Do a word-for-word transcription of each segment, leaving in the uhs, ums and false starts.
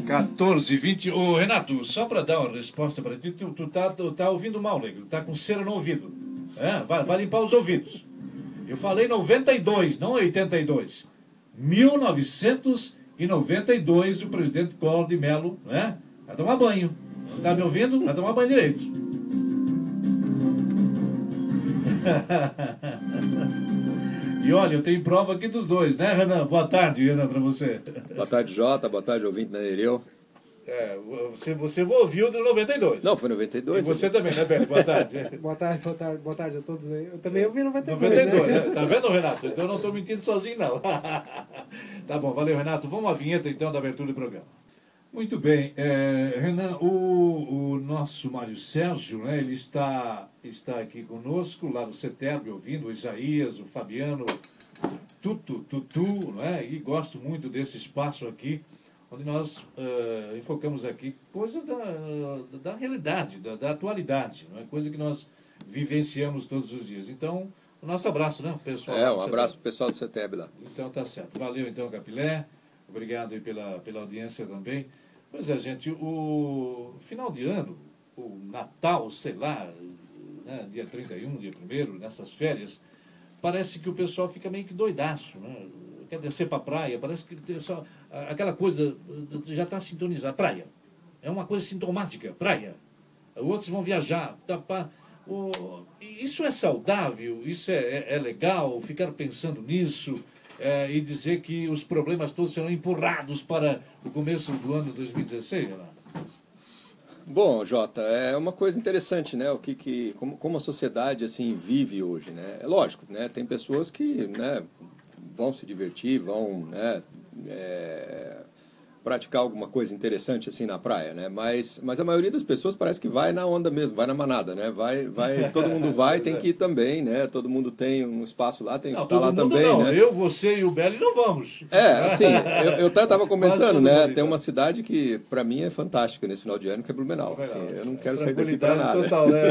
quatorze, vinte. Ô, Renato, só para dar uma resposta para ti, tu, tu, tá, tu tá ouvindo mal, negro. Tá com cera no ouvido. É, vai, vai limpar os ouvidos. Eu falei noventa e dois, não oitenta e dois. mil novecentos e noventa e dois, o presidente Collor de Mello, né? Vai tomar banho. Não tá me ouvindo? Vai tomar banho direito. E olha, eu tenho prova aqui dos dois, né, Renan? Boa tarde, Renan, para você. Boa tarde, Jota. Boa tarde, ouvinte da Nereu. É, você, você ouviu do noventa e dois. Não, foi noventa e dois. E você também, né, Beli? Boa tarde. Boa tarde, boa tarde, boa tarde a todos aí. Eu também ouvi noventa e dois, noventa e dois, né? né? Tá vendo, Renato? Então eu não estou mentindo sozinho, não. Tá bom, valeu, Renato. Vamos à vinheta, então, da abertura do programa. Muito bem. É, Renan, o, o nosso Mário Sérgio, né, ele está, está aqui conosco, lá no CETERB, ouvindo o Isaías, o Fabiano, Tutu, Tutu, né, e gosto muito desse espaço aqui, onde nós uh, enfocamos aqui coisas da, da realidade, da, da atualidade, não é? Coisa que nós vivenciamos todos os dias. Então, o nosso abraço, né, pessoal? É, um abraço para o pessoal do CETERB lá. Então, tá certo. Valeu, então, Capilé. Obrigado aí pela, pela audiência também. Pois é, gente, o final de ano, o Natal, sei lá, né, dia trinta e um, dia primeiro, nessas férias, parece que o pessoal fica meio que doidaço, né? Quer descer para a praia, parece que tem só, aquela coisa já está sintonizada. Praia. É uma coisa sintomática, praia. Outros vão viajar. Tá, pá, o, isso é saudável, isso é, é, é legal, ficar pensando nisso. É, e dizer que os problemas todos serão empurrados para o começo do ano dois mil e dezesseis, Renato? Bom, Jota, é uma coisa interessante, né? O que, que como, como a sociedade assim vive hoje, né? É lógico, né? Tem pessoas que, né, vão se divertir, vão, né, é, praticar alguma coisa interessante assim na praia, né? Mas, mas a maioria das pessoas parece que vai na onda mesmo, vai na manada, né? Vai, vai, todo mundo vai, tem que ir também, né? Todo mundo tem um espaço lá, tem que estar lá também, não. né? Eu, você e o Beli não vamos. É, assim, eu, eu até estava comentando, né? Tem então. uma cidade que para mim é fantástica nesse final de ano, que é Blumenau. Assim, eu não quero sair daqui para nada. Total, né?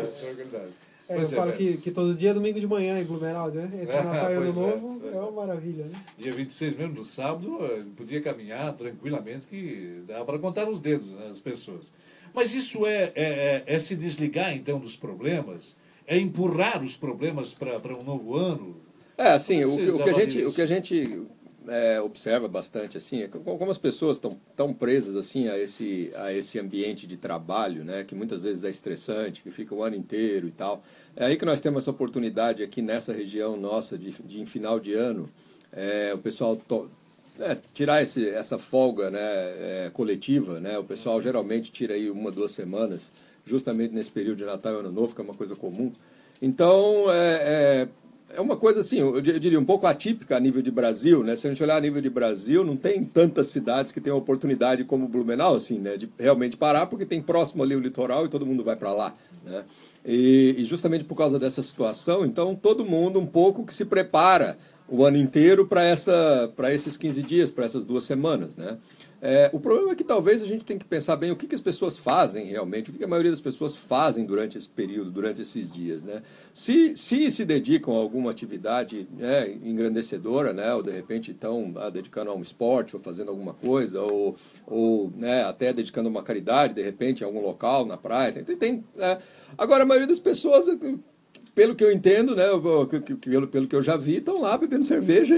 É, É, eu é, falo que, que todo dia é domingo de manhã em Blumenau, né? Entre é, Natal e Ano é, Novo é, é uma maravilha, né? Dia vinte e seis mesmo, no sábado, podia caminhar tranquilamente, que dava para contar os dedos, né, as pessoas. Mas isso é, é, é, é se desligar, então, dos problemas? É empurrar os problemas para um novo ano? É, assim, o, o, que a gente, o que a gente é, observa bastante, assim, é como as pessoas estão tão presas, assim, a esse, a esse ambiente de trabalho, né, que muitas vezes é estressante, que fica o ano inteiro e tal. É aí que nós temos essa oportunidade aqui nessa região nossa, de, de em final de ano, é, o pessoal to, é, tirar esse, essa folga, né, é, coletiva, né, o pessoal geralmente tira aí uma, duas semanas, justamente nesse período de Natal e Ano Novo, que é uma coisa comum. Então, é... é É uma coisa assim, eu diria, um pouco atípica a nível de Brasil, né? Se a gente olhar a nível de Brasil, não tem tantas cidades que têm a oportunidade como Blumenau, assim, né? De realmente parar, porque tem próximo ali o litoral e todo mundo vai para lá, né? E, e justamente por causa dessa situação, então todo mundo um pouco que se prepara o ano inteiro para essa, para esses quinze dias, para essas duas semanas, né? É, o problema é que talvez a gente tenha que pensar bem o que, que as pessoas fazem realmente, o que, que a maioria das pessoas fazem durante esse período, durante esses dias, né? Se se, se dedicam a alguma atividade, né, engrandecedora, né, ou de repente estão ah, dedicando a um esporte, ou fazendo alguma coisa, ou, ou né, até dedicando a uma caridade, de repente, em algum local, na praia, tem... tem né? Agora, a maioria das pessoas... Pelo que eu entendo, né, pelo, pelo que eu já vi, estão lá bebendo cerveja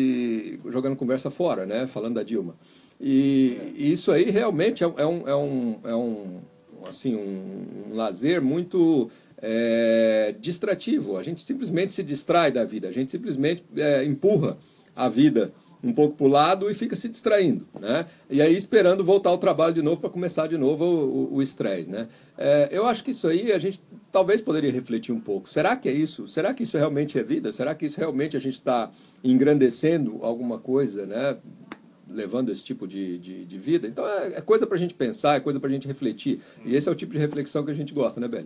e jogando conversa fora, né, falando da Dilma. E, e isso aí realmente é um, é um, é um, assim, um, um lazer muito é, distrativo. A gente simplesmente se distrai da vida, a gente simplesmente é, empurra a vida um pouco para o lado e fica se distraindo, né? E aí esperando voltar ao trabalho de novo para começar de novo o estresse, né? É, eu acho que isso aí a gente talvez poderia refletir um pouco. Será que é isso? Será que isso realmente é vida? Será que isso realmente a gente está engrandecendo alguma coisa, né? Levando esse tipo de, de, de vida? Então é, é coisa para a gente pensar, é coisa para a gente refletir. E esse é o tipo de reflexão que a gente gosta, né, Beli?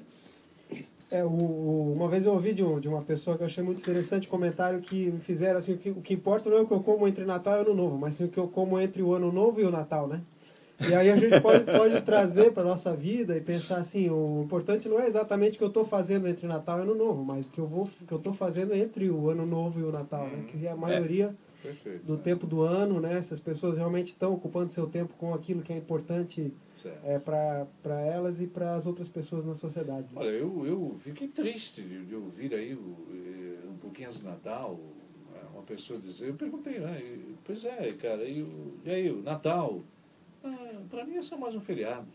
É, o, o, uma vez eu ouvi de, um, de uma pessoa que eu achei muito interessante, comentário que me fizeram assim, o que, o que importa não é o que eu como entre Natal e Ano Novo, mas sim o que eu como entre o Ano Novo e o Natal, né? E aí a gente pode, pode trazer para a nossa vida e pensar assim, o importante não é exatamente o que eu estou fazendo entre Natal e Ano Novo, mas o que eu vou, que eu estou fazendo entre o Ano Novo e o Natal, né? Que a maioria Perfeito, do né? tempo do ano, né? Se as pessoas realmente estão ocupando seu tempo com aquilo que é importante é, para elas e para as outras pessoas na sociedade. Olha, eu, eu fiquei triste de, de ouvir aí o, um pouquinho antes do Natal, uma pessoa dizer, eu perguntei, né? E, pois é, cara, e, o, e aí, o Natal? Ah, para mim é só mais um feriado.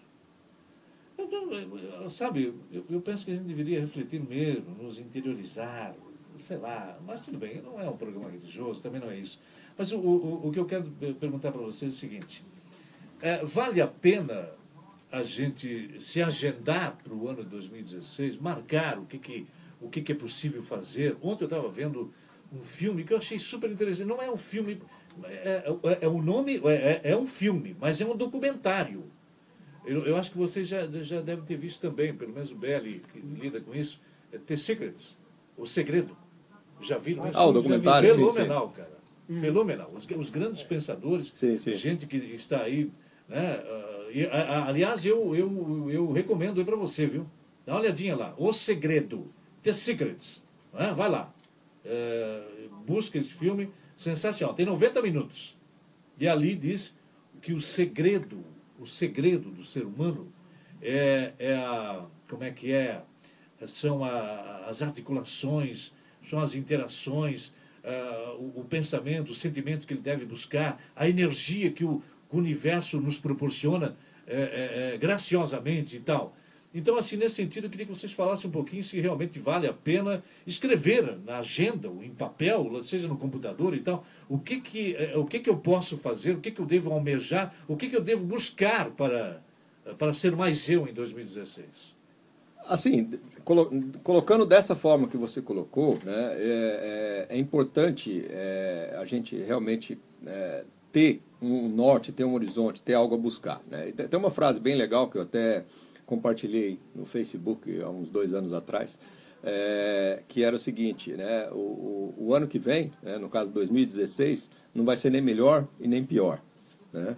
Eu, eu, sabe, eu, eu penso que a gente deveria refletir mesmo, nos interiorizar, sei lá, mas tudo bem, não é um programa religioso, também não é isso. Mas o, o, o que eu quero perguntar para vocês é o seguinte, é, vale a pena a gente se agendar para o ano de dois mil e dezesseis, marcar o que, que, o que, que é possível fazer? Ontem eu estava vendo um filme que eu achei super interessante, não é um filme, é, é, é um nome, é, é um filme, mas é um documentário. Eu, eu acho que vocês já, já devem ter visto também, pelo menos o Belli, que lida com isso, é The Secrets, O Segredo. Já viram isso? Ah, o documentário, sim, Fenomenal, sim. cara. Hum. Fenomenal. Os, os grandes pensadores, sim, sim. gente que está aí, né? Uh, e, a, a, aliás, eu, eu, eu recomendo aí para você, viu? Dá uma olhadinha lá. O Segredo, The Secrets. Né? Vai lá. Uh, busca esse filme, sensacional. Tem noventa minutos. E ali diz que o segredo, o segredo do ser humano é, é a, como é que é? São a, as articulações, são as interações, uh, o, o pensamento, o sentimento que ele deve buscar, a energia que o, o universo nos proporciona é, é, é, graciosamente e tal. Então, assim, nesse sentido, eu queria que vocês falassem um pouquinho se realmente vale a pena escrever na agenda, ou em papel, seja no computador e tal, o que que, o que, que eu posso fazer, o que, que eu devo almejar, o que, que eu devo buscar para, para ser mais eu em dois mil e dezesseis. Assim, colo colocando dessa forma que você colocou, né, é, é, é importante é, a gente realmente é, ter um norte, ter um horizonte, ter algo a buscar. Né? Tem uma frase bem legal que eu até compartilhei no Facebook há uns dois anos atrás, é, que era o seguinte, né, o, o, o ano que vem, né, no caso dois mil e dezesseis, não vai ser nem melhor e nem pior. Né?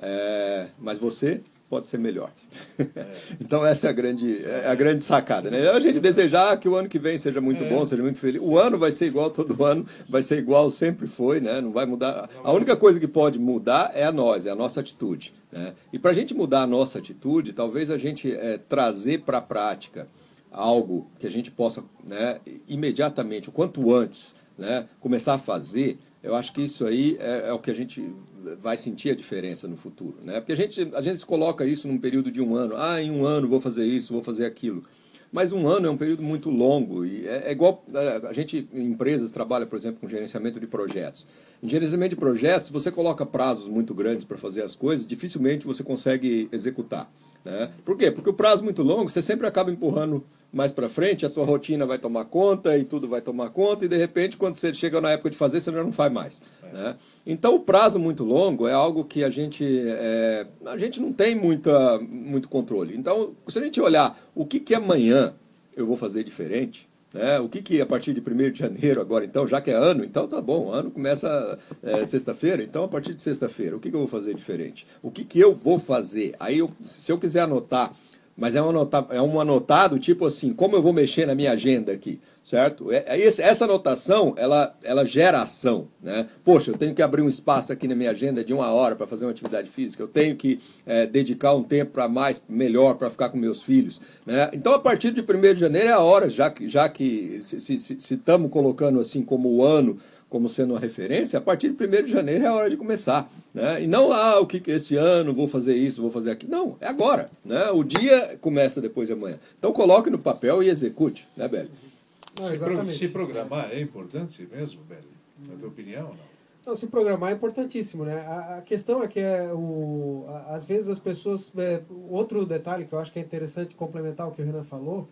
É, mas você pode ser melhor. É. Então essa é a grande, é a grande sacada, né? A gente desejar que o ano que vem seja muito é. bom, seja muito feliz. O ano vai ser igual todo ano, vai ser igual sempre foi, né? Não vai mudar. A única coisa que pode mudar é a nós, é a nossa atitude. Né? E para a gente mudar a nossa atitude, talvez a gente é, trazer para a prática algo que a gente possa, né, imediatamente, o quanto antes, né, começar a fazer. Eu acho que isso aí é, é o que a gente vai sentir a diferença no futuro, né? Porque a gente, a gente coloca isso num período de um ano. Ah, em um ano vou fazer isso, vou fazer aquilo. Mas um ano é um período muito longo e é, é igual a gente em empresas trabalha, por exemplo, com gerenciamento de projetos. Em gerenciamento de projetos, você coloca prazos muito grandes para fazer as coisas, dificilmente você consegue executar. Né? Por quê? Porque o prazo muito longo, você sempre acaba empurrando mais para frente, a tua rotina vai tomar conta e tudo vai tomar conta e de repente quando você chega na época de fazer, você já não faz mais. É. Né? Então o prazo muito longo é algo que a gente, é, a gente não tem muita, muito controle. Então se a gente olhar o que, que amanhã eu vou fazer diferente, né? O que, que a partir de primeiro de janeiro agora, então, já que é ano, então tá bom, o ano começa é, sexta-feira, então a partir de sexta-feira, o que, que eu vou fazer diferente? O que, que eu vou fazer? Aí, eu, se eu quiser anotar, mas é um, anota, é um anotado tipo assim, como eu vou mexer na minha agenda aqui, certo? É, é esse, essa anotação, ela, ela gera ação, né? Poxa, eu tenho que abrir um espaço aqui na minha agenda de uma hora para fazer uma atividade física, eu tenho que é, dedicar um tempo para mais, melhor, para ficar com meus filhos, né? Então, a partir de primeiro de janeiro é a hora, já que, já que se estamos colocando assim como o ano, como sendo uma referência, a partir de primeiro de janeiro é a hora de começar. Né? E não, ah, o que esse ano, vou fazer isso, vou fazer aquilo. Não, é agora. Né? O dia começa depois de amanhã. Então coloque no papel e execute, né, Belli? Não, se, pro, se programar é importante mesmo, Belli? Na tua opinião, não? Não, se programar é importantíssimo, né? A, a questão é que é o, a, às vezes as pessoas... É, outro detalhe que eu acho que é interessante complementar o que o Renan falou,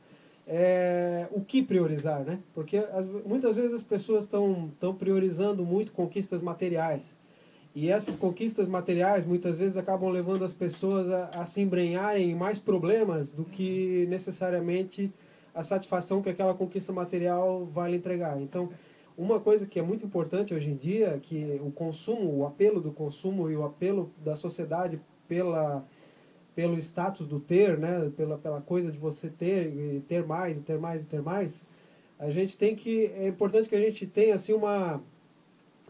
é o que priorizar, né? Porque as, muitas vezes as pessoas estão priorizando muito conquistas materiais. E essas conquistas materiais muitas vezes acabam levando as pessoas a, a se embrenharem em mais problemas do que necessariamente a satisfação que aquela conquista material vai lhe entregar. Então, uma coisa que é muito importante hoje em dia, que o consumo, o apelo do consumo e o apelo da sociedade pela... pelo status do ter, né, pela, pela coisa de você ter, e ter mais, e ter mais, e ter mais, a gente tem que, é importante que a gente tenha assim uma,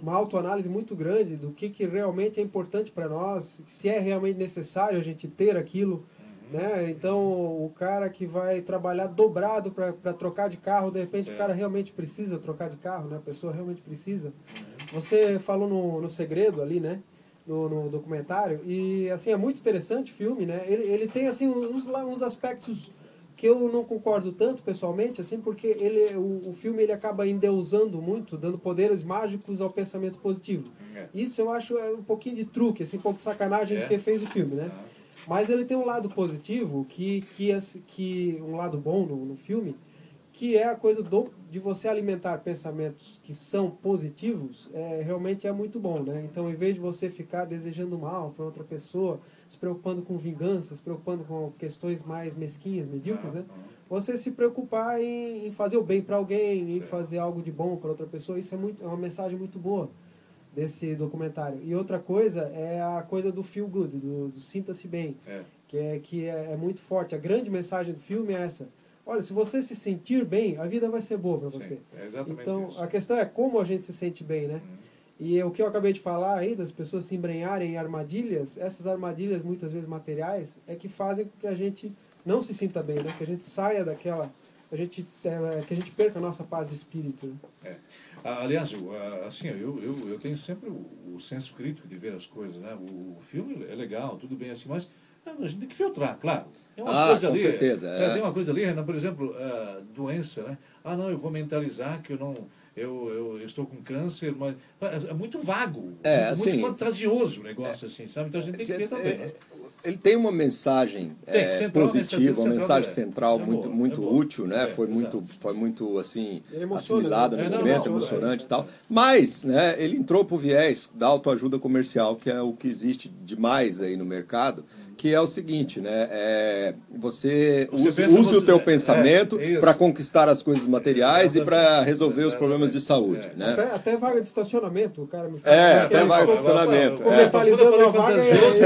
uma autoanálise muito grande do que, que realmente é importante para nós, se é realmente necessário a gente ter aquilo. Né? Então, o cara que vai trabalhar dobrado para trocar de carro, de repente certo. O cara realmente precisa trocar de carro, né? A pessoa realmente precisa. Uhum. Você falou no, no Segredo ali, né? No, no documentário, e assim, é muito interessante o filme, né? Ele, ele tem assim, uns, uns aspectos que eu não concordo tanto pessoalmente, assim, porque ele, o, o filme ele acaba endeusando muito, dando poderes mágicos ao pensamento positivo. É. Isso eu acho é um pouquinho de truque, assim, um pouco de sacanagem é. de quem fez o filme, né? Ah. Mas ele tem um lado positivo, que, que, que um lado bom no, no filme, que é a coisa do, de você alimentar pensamentos que são positivos, é, realmente é muito bom, né? Então, em vez de você ficar desejando mal para outra pessoa, se preocupando com vingança, se preocupando com questões mais mesquinhas, medíocres, né? Você se preocupar em, em fazer o bem para alguém, em fazer algo de bom para outra pessoa, isso é, muito, é uma mensagem muito boa desse documentário. E outra coisa é a coisa do feel good, do, do sinta-se bem, é. que, é, que é, é muito forte. A grande mensagem do filme é essa. Olha, se você se sentir bem, a vida vai ser boa para você. É exatamente então, isso. A questão é como a gente se sente bem, né? Uhum. E o que eu acabei de falar aí, das pessoas se embrenharem em armadilhas, essas armadilhas, muitas vezes materiais, é que fazem com que a gente não se sinta bem, né? Que a gente saia daquela... A gente, é, que a gente perca a nossa paz de espírito. Né? É. Aliás, eu, assim, eu, eu, eu tenho sempre o, o senso crítico de ver as coisas, né? O, o filme é legal, tudo bem assim, mas a gente tem que filtrar, claro. Tem umas ah, coisas com ali, certeza. É, é. Tem uma coisa ali, Renan, por exemplo, uh, doença, né? Ah, não, eu vou mentalizar que eu não... Eu, eu, eu estou com câncer, mas é muito vago, é, muito, assim, muito fantasioso o negócio, é, assim, sabe? Então a gente tem que ver também, né? Ele tem uma mensagem tem, é, central, positiva, uma mensagem é, central é muito, boa, muito é útil, né? É, foi, muito, foi muito, assim, assimilada no momento, não, emocionante e tal. Mas, né, ele entrou para o viés da autoajuda comercial, que é o que existe demais aí no mercado, que é o seguinte, né? É, você, você use, pensa, use você, o teu pensamento é, para conquistar as coisas materiais e para resolver os problemas de saúde. É. Né? Até, até vaga de estacionamento, o cara me fala. É, até vaga de estacionamento. Mentalizando a vaga,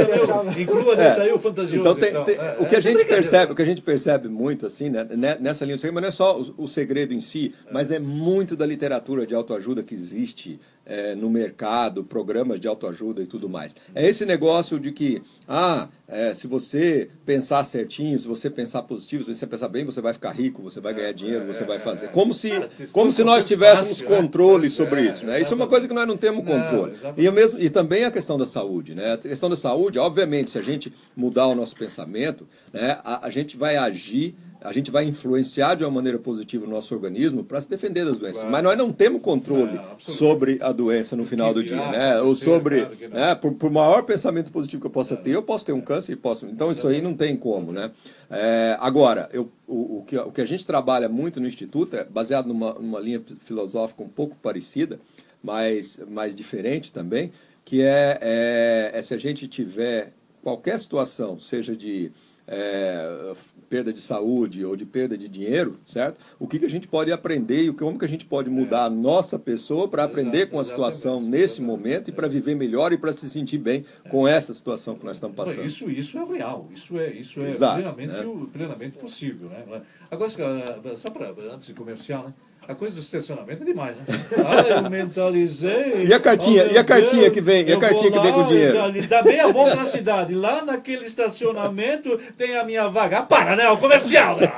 inclua nisso aí o fantasioso. Então, tem, tem, é, o, que a gente percebe, o que a gente percebe muito, assim, né, nessa linha do segredo, mas não é só o, o segredo em si, mas é muito da literatura de autoajuda que existe é, no mercado, programas de autoajuda e tudo mais. É esse negócio de que, ah, é, se você pensar certinho, se você pensar positivo, se você pensar bem, você vai ficar rico, você vai ganhar dinheiro, você vai fazer. Como se, como se nós tivéssemos controle sobre isso. Né? Isso é uma coisa que nós não temos controle. E, mesmo, e também a questão da saúde. Né? A questão da saúde, obviamente, se a gente mudar o nosso pensamento, né, a, a gente vai agir, a gente vai influenciar de uma maneira positiva o nosso organismo para se defender das doenças. Claro. Mas nós não temos controle não, sobre a doença no final do dia. Né? Ou sobre, claro né, por, por maior pensamento positivo que eu possa ter, eu posso ter um câncer e posso... Então isso aí não tem como. Né? É, agora, eu, o, o, que, o que a gente trabalha muito no Instituto é baseado numa, numa linha filosófica um pouco parecida, mas mais diferente também, que é, é, é se a gente tiver qualquer situação, seja de é, perda de saúde ou de perda de dinheiro, certo? O que, que a gente pode aprender e como que a gente pode mudar é. a nossa pessoa para aprender Exato, com a situação nesse momento e para viver melhor e para se sentir bem é. com essa situação que nós estamos passando. Isso, isso é real, isso é, isso é Exato, plenamente, né? plenamente possível. Né? Agora, só para antes de comercial, né? A coisa do estacionamento é demais, né? Ah, eu mentalizei. E a cartinha, oh, e a cartinha Deus, que vem? E a cartinha que vem com o dinheiro? Dá meia volta na cidade. Lá naquele estacionamento tem a minha vaga. Ah, para, né? O comercial. Né?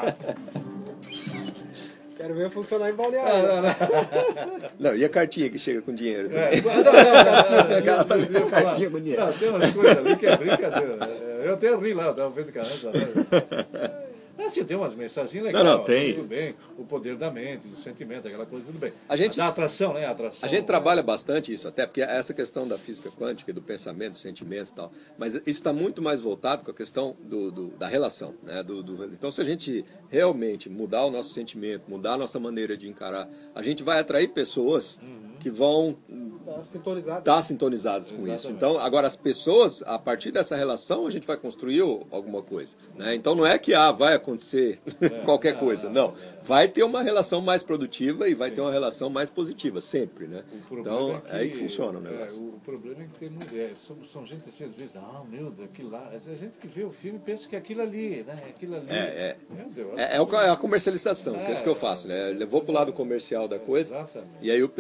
Quero ver funcionar em Balneário. Não, não, não. não, e a cartinha que chega com dinheiro? É, não, não, não, Ela tá vendo a cartinha com dinheiro. Não, tem umas coisas ali que é brincadeira. Eu até ri lá, eu estava vendo canal. Assim, tem umas mensagens legais, não, não, tem. Tudo bem, o poder da mente, do sentimento, aquela coisa, tudo bem. A gente, a atração, né? A, atração, a gente trabalha bastante isso, até porque essa questão da física quântica, do pensamento, do sentimento e tal, mas isso está muito mais voltado com a questão do, do, da relação. Né? Do, do, então, se a gente realmente mudar o nosso sentimento, mudar a nossa maneira de encarar, a gente vai atrair pessoas uhum. que vão estar sintonizadas, tá sintonizadas com Exatamente. isso. Então, agora, as pessoas, a partir dessa relação, a gente vai construir alguma coisa. Né? Então, não é que ah, vai acontecer é, qualquer é, coisa, não. É, vai ter uma relação mais produtiva e vai Sim. ter uma relação mais positiva, sempre. Né? Então, é, que, é aí que funciona o negócio. É, o problema é que tem muito, é, são, são gente assim, às vezes, ah, meu Deus, aquilo lá. A gente que vê o filme pensa que é aquilo ali, né? Aquilo ali. É, é. Meu Deus, é, é a comercialização, que é isso que eu faço. Né? Levou para o lado comercial da coisa. Exatamente. E aí, aí vai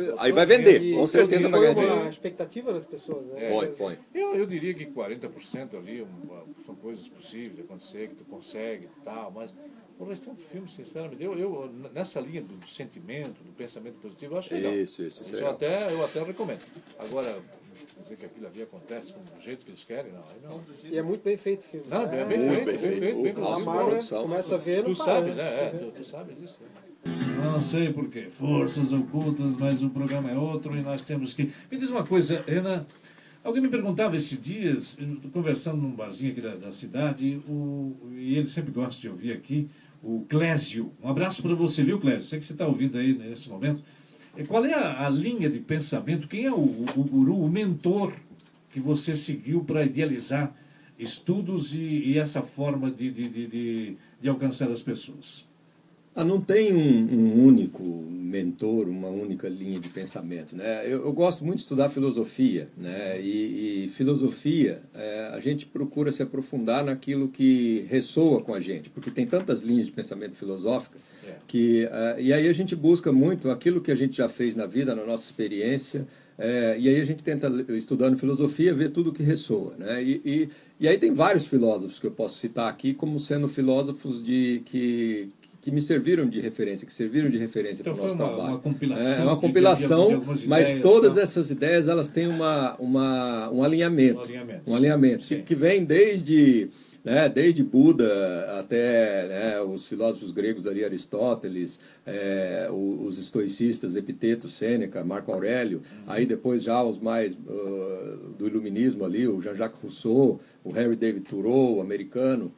vender, E, com certeza vai põe ganhar uma dinheiro. expectativa nas pessoas, né? É. Põe, põe. Eu, eu diria que quarenta por cento ali uma, são coisas possíveis de acontecer, que tu consegue e tal, mas o restante do filme, sinceramente, eu, eu nessa linha do, do sentimento, do pensamento positivo, eu acho legal. Isso, isso, isso é eu, legal. até, eu até recomendo. Agora, dizer que aquilo ali acontece do jeito que eles querem, não. Aí não. E é muito bem feito o filme. Não, é bem, É, feito, bem bem feito. feito, bem Nossa, A produzido. Marvel produção. começa a ver, não Tu para, sabes, né? né? É, tu, tu sabes disso. Não sei porquê. Forças ocultas, mas o programa é outro e nós temos que... Me diz uma coisa, Renan. Alguém me perguntava esses dias, conversando num barzinho aqui da, da cidade, o, e ele sempre gosta de ouvir aqui, o Clésio. Um abraço para você, viu, Clésio? Sei que você está ouvindo aí nesse momento. Qual é a, a linha de pensamento? Quem é o, o, o guru, o mentor que você seguiu para idealizar estudos e, e essa forma de, de, de, de, de alcançar as pessoas? Ah, não tem um, um único mentor, uma única linha de pensamento, né? Eu, eu gosto muito de estudar filosofia, né? E, e filosofia, é, a gente procura se aprofundar naquilo que ressoa com a gente, porque tem tantas linhas de pensamento filosófico que uh, e aí a gente busca muito aquilo que a gente já fez na vida, na nossa experiência. É, e aí a gente tenta, estudando filosofia, ver tudo que ressoa, né? E, e, e aí tem vários filósofos que eu posso citar aqui como sendo filósofos de que que me serviram de referência, que serviram de referência então, para o nosso uma, trabalho. Uma compilação. É uma compilação, de, de, de mas ideias, todas tá? essas ideias elas têm uma, uma, um alinhamento. Um alinhamento. Um alinhamento que, que vem desde, né, desde Buda até né, os filósofos gregos ali, Aristóteles, é, os estoicistas, Epiteto, Sêneca, Marco Aurélio, uhum. Aí depois já os mais uh, do iluminismo ali, o Jean-Jacques Rousseau, o Henry David Thoreau, o americano.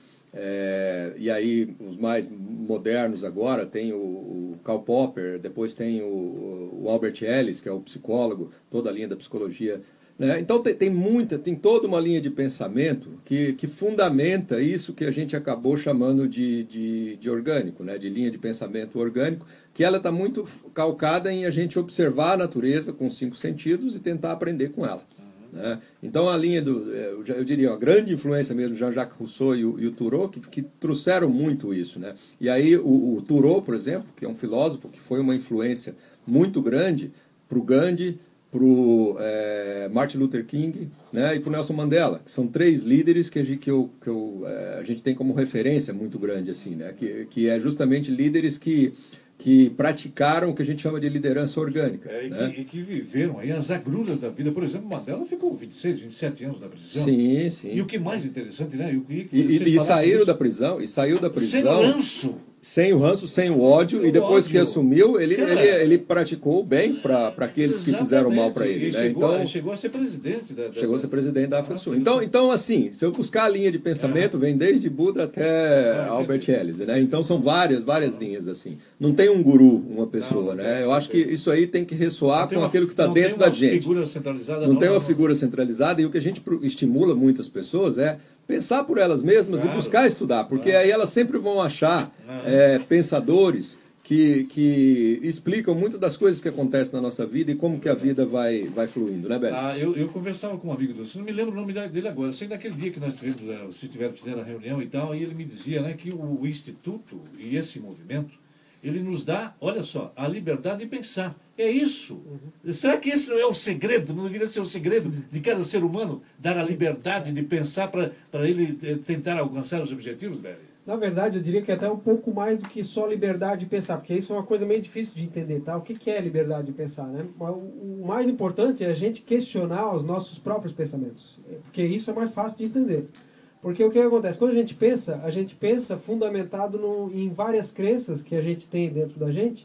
É, e aí os mais modernos agora tem o, o Karl Popper, depois tem o, o Albert Ellis, que é o psicólogo, toda a linha da psicologia, né? Então tem, tem muita, tem toda uma linha de pensamento que, que fundamenta isso que a gente acabou chamando de, de, de orgânico, né? De linha de pensamento orgânico, que ela está muito calcada em a gente observar a natureza com os cinco sentidos e tentar aprender com ela. Né? Então a linha do, eu diria, uma grande influência mesmo, Jean-Jacques Rousseau e o, e o Thoreau, que, que trouxeram muito isso, né? E aí o, o Thoreau, por exemplo, que é um filósofo que foi uma influência muito grande para o Gandhi, para o é, Martin Luther King, né? E para o Nelson Mandela, que são três líderes que a gente, que eu, que eu, é, a gente tem como referência muito grande, assim, né? Que, que é justamente líderes que que praticaram o que a gente chama de liderança orgânica. É, e, né? que, e que viveram aí as agruras da vida. Por exemplo, Mandela ficou vinte e seis, vinte e sete anos na prisão. Sim, sim. E o que mais interessante, né? Eu queria que e e, e saíram disso. da prisão, e saiu da prisão... Sem ranço. Sem o ranço, sem o ódio, e depois ódio. que assumiu, ele, Cara, ele, ele praticou o bem para aqueles que fizeram mal para ele. E né? chegou, então, chegou a ser presidente da, da chegou a ser presidente da África do Sul. África do Então, Sul. então, assim, se eu buscar a linha de pensamento, vem desde Buda até Ah, Albert entendi. Ellis. Né? Então são várias, várias linhas assim. Não tem um guru, uma pessoa. Não, não né? tem, eu não acho tem. que isso aí tem que ressoar Não tem com uma- aquilo que está não dentro tem uma da gente. Figura centralizada, Não não, tem uma não, figura centralizada, e o que a gente pro- estimula muitas pessoas é pensar por elas mesmas Claro. e buscar estudar, porque Claro. aí elas sempre vão achar Não. é, pensadores que, que explicam muitas das coisas que acontecem na nossa vida e como que a vida vai, vai fluindo, né, Beli? Ah, eu, eu conversava com um amigo do não me lembro o nome dele agora. Eu sei daquele dia que nós tivemos, eh, vocês tiveram, fizeram a reunião e tal, e ele me dizia, né, que o, o Instituto e esse movimento, ele nos dá, olha só, a liberdade de pensar. É isso. Uhum. Será que esse não é o segredo? Não deveria ser o segredo de cada ser humano dar a liberdade de pensar para ele eh, tentar alcançar os objetivos, velho? Na verdade, eu diria que é até um pouco mais do que só liberdade de pensar, porque isso é uma coisa meio difícil de entender, tá? O que que é liberdade de pensar, né? O mais importante é a gente questionar os nossos próprios pensamentos, porque isso é mais fácil de entender. Porque o que acontece? Quando a gente pensa, a gente pensa fundamentado no, em várias crenças que a gente tem dentro da gente,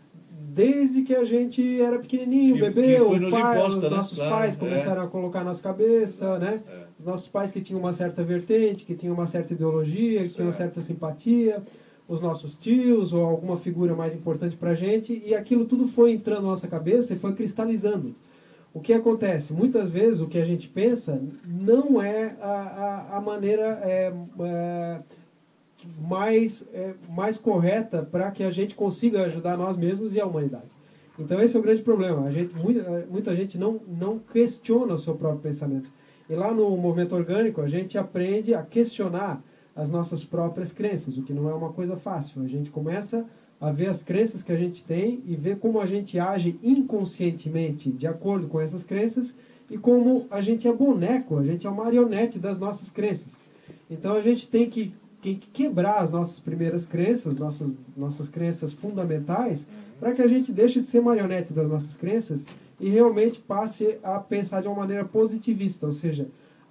desde que a gente era pequenininho, Que- bebê, que foi o nos pai, imposta, os né? nossos Claro, pais é. começaram a colocar na nossa cabeça, né? É. Os nossos pais que tinham uma certa vertente, que tinham uma certa ideologia, que tinham uma Certo. certa simpatia, os nossos tios ou alguma figura mais importante pra gente, e aquilo tudo foi entrando na nossa cabeça e foi cristalizando. O que acontece? Muitas vezes o que a gente pensa não é a, a, a maneira é, é, mais, é, mais correta para que a gente consiga ajudar nós mesmos e a humanidade. Então esse é o grande problema. A gente, muita, muita gente não, não questiona o seu próprio pensamento. E lá no movimento orgânico a gente aprende a questionar as nossas próprias crenças, o que não é uma coisa fácil. A gente começa a ver as crenças que a gente tem e ver como a gente age inconscientemente de acordo com essas crenças e como a gente é boneco, a gente é uma marionete das nossas crenças. Então a gente tem que, tem que quebrar as nossas primeiras crenças, nossas, nossas crenças fundamentais, para que a gente deixe de ser marionete das nossas crenças e realmente passe a pensar de uma maneira positivista, ou seja,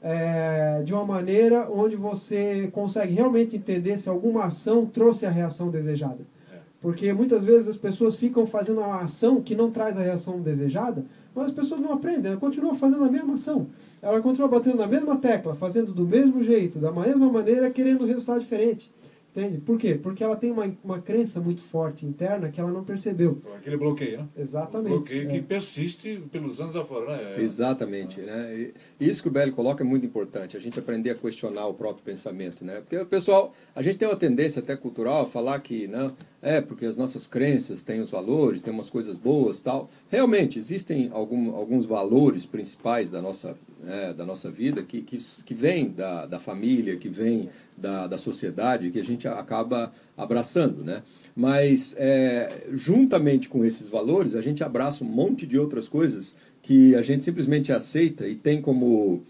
é, de uma maneira onde você consegue realmente entender se alguma ação trouxe a reação desejada. Porque muitas vezes as pessoas ficam fazendo uma ação que não traz a reação desejada, mas as pessoas não aprendem, elas continuam fazendo a mesma ação. Ela continua batendo na mesma tecla, fazendo do mesmo jeito, da mesma maneira, querendo um resultado diferente. Entende? Por quê? Porque ela tem uma, uma crença muito forte interna que ela não percebeu. Aquele bloqueio, né? Exatamente. Um bloqueio é. que persiste pelos anos afora, né? É. Exatamente. Né? E isso que o Belli coloca é muito importante, a gente aprender a questionar o próprio pensamento. Né? Porque o pessoal, a gente tem uma tendência até cultural a falar que não, é porque as nossas crenças têm os valores, têm umas coisas boas tal. Realmente, existem algum, alguns valores principais da nossa, né, da nossa vida que, que, que vêm da, da família, que vêm da, da sociedade, que a gente acaba abraçando, né? Mas, é, juntamente com esses valores, a gente abraça um monte de outras coisas que a gente simplesmente aceita e tem como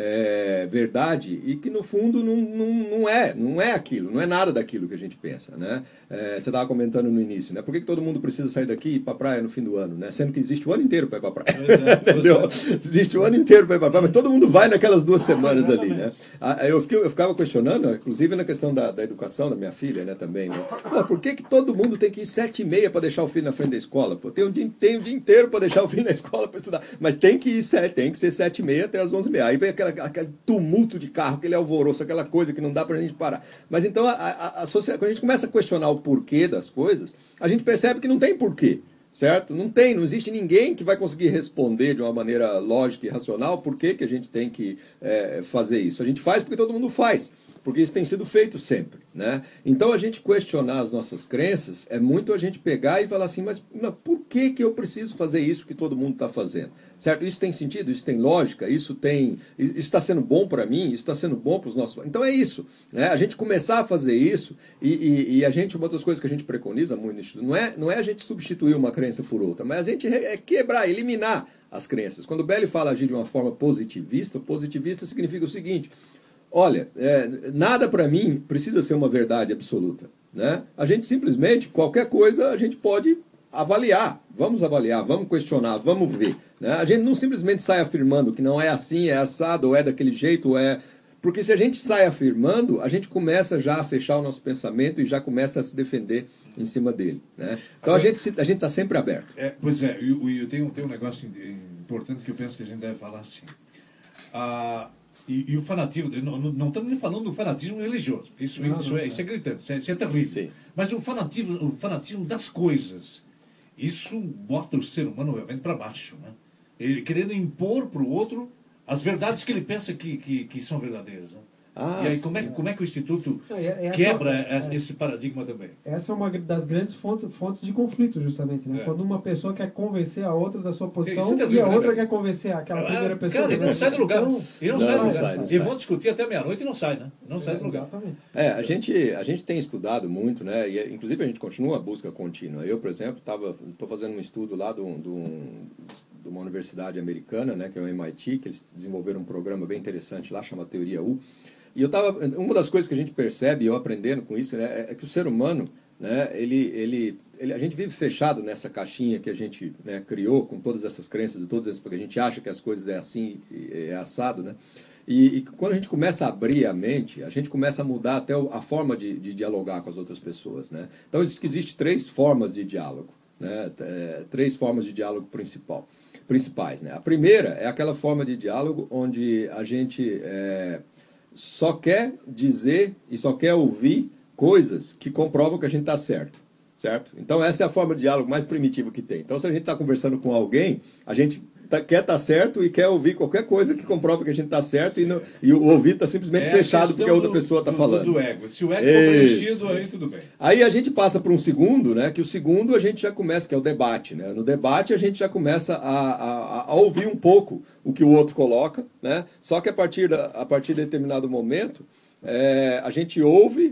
é, verdade e que, no fundo, não, não, não, é, não é aquilo, não é nada daquilo que a gente pensa, né? É, você estava comentando no início, né? Por que, que todo mundo precisa sair daqui e ir para a praia no fim do ano, né? Sendo que existe o ano inteiro para ir para a praia, é, entendeu? Existe o ano inteiro para ir para a praia, mas todo mundo vai naquelas duas semanas ali, né? Eu, fiquei, eu ficava questionando, inclusive na questão da, da educação da minha filha, né, também, né? Pô, por que, que todo mundo tem que ir sete e meia para deixar o filho na frente da escola? Pô, tem um dia, tem um dia inteiro para deixar o filho na escola para estudar, mas tem que ir sete, tem que ser sete e meia até as onze e meia. Aí vem aquela, aquele tumulto de carro, aquele alvoroço, aquela coisa que não dá pra gente parar. Mas então, a, a, a sociedade, quando a gente começa a questionar o porquê das coisas, a gente percebe que não tem porquê, certo? Não tem, não existe ninguém que vai conseguir responder de uma maneira lógica e racional por que, que a gente tem que é, fazer isso. A gente faz porque todo mundo faz, porque isso tem sido feito sempre, né? Então, a gente questionar as nossas crenças é muito a gente pegar e falar assim, mas não, por que, que eu preciso fazer isso que todo mundo está fazendo? Certo? Isso tem sentido? Isso tem lógica? Isso tem, isso está sendo bom para mim? Isso está sendo bom para os nossos... Então, é isso, né? A gente começar a fazer isso e, e, e a gente, uma das coisas que a gente preconiza muito nisso, não é, não é a gente substituir uma crença por outra, mas a gente é quebrar, eliminar as crenças. Quando o Belli fala agir de uma forma positivista, positivista significa o seguinte... Olha, é, nada para mim precisa ser uma verdade absoluta, né? A gente simplesmente, qualquer coisa, a gente pode avaliar. Vamos avaliar, vamos questionar, vamos ver, né? A gente não simplesmente sai afirmando que não é assim, é assado, ou é daquele jeito, ou é... Porque se a gente sai afirmando, a gente começa já a fechar o nosso pensamento e já começa a se defender em cima dele, né? Então a gente se, a gente está sempre aberto. É, pois é, eu, eu tenho, tenho um negócio importante que eu penso que a gente deve falar assim. Ah... E, e o fanatismo, não, não estamos nem falando do fanatismo religioso, isso, não, isso, não, é, isso é gritante, isso é, isso é terrível. Sim. Mas o fanatismo, o fanatismo das coisas, isso bota o ser humano realmente para baixo, né? Ele querendo impor para o outro as verdades que ele pensa que, que, que são verdadeiras, né? Ah, e aí, como é, como é que o Instituto essa, quebra é, esse paradigma também? Essa é uma das grandes fontes, fontes de conflito, justamente. Né? É. Quando uma pessoa quer convencer a outra da sua posição é e a outra né, quer convencer aquela ah, primeira pessoa... Cara, ele não sai do lugar. Então, ele não, não sai do lugar. Não sai. E vão discutir até meia-noite e não sai, né? Não é, sai do lugar. Exatamente. É, a gente, a gente tem estudado muito, né? E, inclusive, a gente continua a busca contínua. Eu, por exemplo, estou fazendo um estudo lá de de uma universidade americana, né, que é o M I T, que eles desenvolveram um programa bem interessante lá, chama Teoria U. E eu tava, uma das coisas que a gente percebe, eu aprendendo com isso, né, é que o ser humano, né, ele, ele, ele, a gente vive fechado nessa caixinha que a gente, né, criou, com todas essas crenças e todas essas, porque a gente acha que as coisas é assim, é assado, né? E, e quando a gente começa a abrir a mente, a gente começa a mudar até a forma de, de dialogar com as outras pessoas, né? Então, existem três formas de diálogo, né? É, três formas de diálogo principal, principais, né? A primeira é aquela forma de diálogo onde a gente... É, só quer dizer e só quer ouvir coisas que comprovam que a gente está certo, certo? Então, essa é a forma de diálogo mais primitiva que tem. Então, se a gente está conversando com alguém, a gente tá, quer estar tá certo e quer ouvir qualquer coisa que comprova que a gente está certo e, no, e o ouvido está simplesmente é fechado porque a outra do, pessoa está falando. Do ego. Se o ego for preenchido, aí tudo bem. Aí a gente passa para um segundo, né? Que o segundo a gente já começa, que é o debate, né? No debate a gente já começa a, a, a ouvir um pouco o que o outro coloca, né? Só que a partir, da, a partir de determinado momento, é, a gente ouve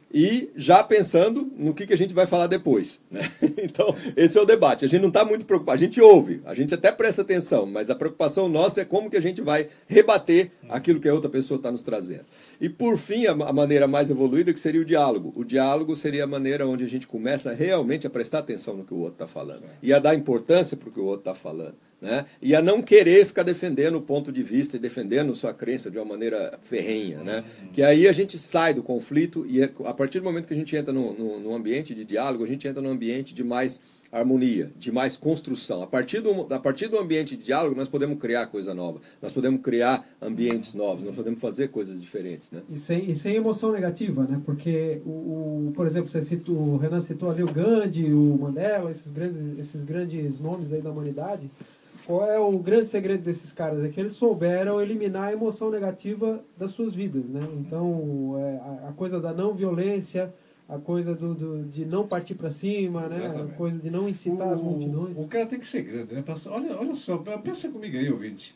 e já pensando no que, que a gente vai falar depois, né? Então, esse é o debate. A gente não está muito preocupado, a gente ouve, a gente até presta atenção, mas a preocupação nossa é como que a gente vai rebater aquilo que a outra pessoa está nos trazendo. E, por fim, a, a maneira mais evoluída que seria o diálogo. O diálogo seria a maneira onde a gente começa realmente a prestar atenção no que o outro está falando e a dar importância para o que o outro está falando. Né? E a não querer ficar defendendo o ponto de vista e defendendo sua crença de uma maneira ferrenha, né? Que aí a gente sai do conflito e a partir do momento que a gente entra no, no, no ambiente de diálogo, a gente entra num ambiente de mais harmonia, de mais construção. A partir, do, a partir do ambiente de diálogo, nós podemos criar coisa nova, nós podemos criar ambientes novos, nós podemos fazer coisas diferentes. Né? E, sem, e sem emoção negativa, né? Porque, o, o, por exemplo, você citou, o Renan citou ali o Gandhi, o Mandela, esses grandes, esses grandes nomes aí da humanidade. Qual é o grande segredo desses caras? É que eles souberam eliminar a emoção negativa das suas vidas, né? Então, é, a, a coisa da não violência, a coisa do, do, de não partir para cima, né? A coisa de não incitar o, as multidões. O cara tem que ser grande, né, pastor? Olha, olha só, pensa comigo aí, ouvinte.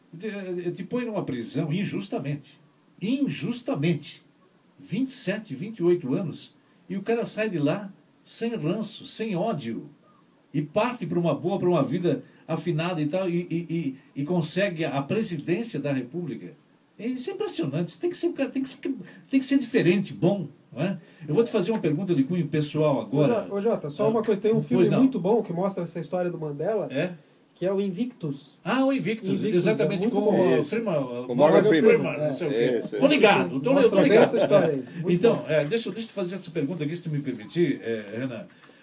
Te põe numa prisão injustamente. Injustamente. vinte e sete, vinte e oito anos. E o cara sai de lá sem ranço, sem ódio. E parte para uma boa, para uma vida afinada e tal, e, e, e, e consegue a presidência da República. Isso é impressionante. Tem que ser, tem que ser, tem que ser diferente, bom. Não é? Eu vou te fazer uma pergunta de cunho pessoal agora. Ô, Jota, só uma coisa. Tem um filme muito bom que mostra essa história do Mandela, é? que é o Invictus. Ah, o Invictus. Invictus exatamente, é com o Freeman. Com Morgan Freeman. Estou ligado. Estou ligado. Essa história aí. Então, é, deixa, deixa eu te fazer essa pergunta aqui, se tu me permitir, é, Renan.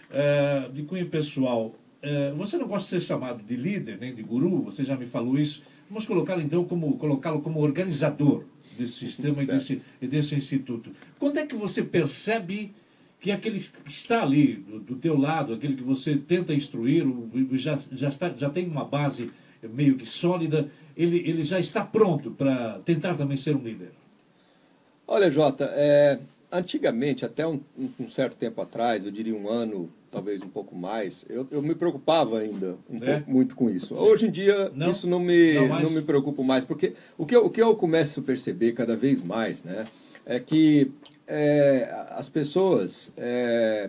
É, de cunho pessoal. É, você não gosta de ser chamado de líder, nem de guru, você já me falou isso. Vamos colocá-lo então como colocá-lo como organizador desse sistema e desse, e desse instituto. Quando é que você percebe que aquele que está ali do, do teu lado, aquele que você tenta instruir, já, já, está, já tem uma base meio que sólida, ele, ele já está pronto para tentar também ser um líder? Olha, Jota, é, antigamente, até um, um certo tempo atrás, eu diria um ano, talvez um pouco mais, eu, eu me preocupava ainda um é? pouco, muito com isso. Sim. Hoje em dia, não, isso não me, não, não me preocupa mais, porque o que, eu, o que eu começo a perceber cada vez mais, né, é que é, as pessoas, é,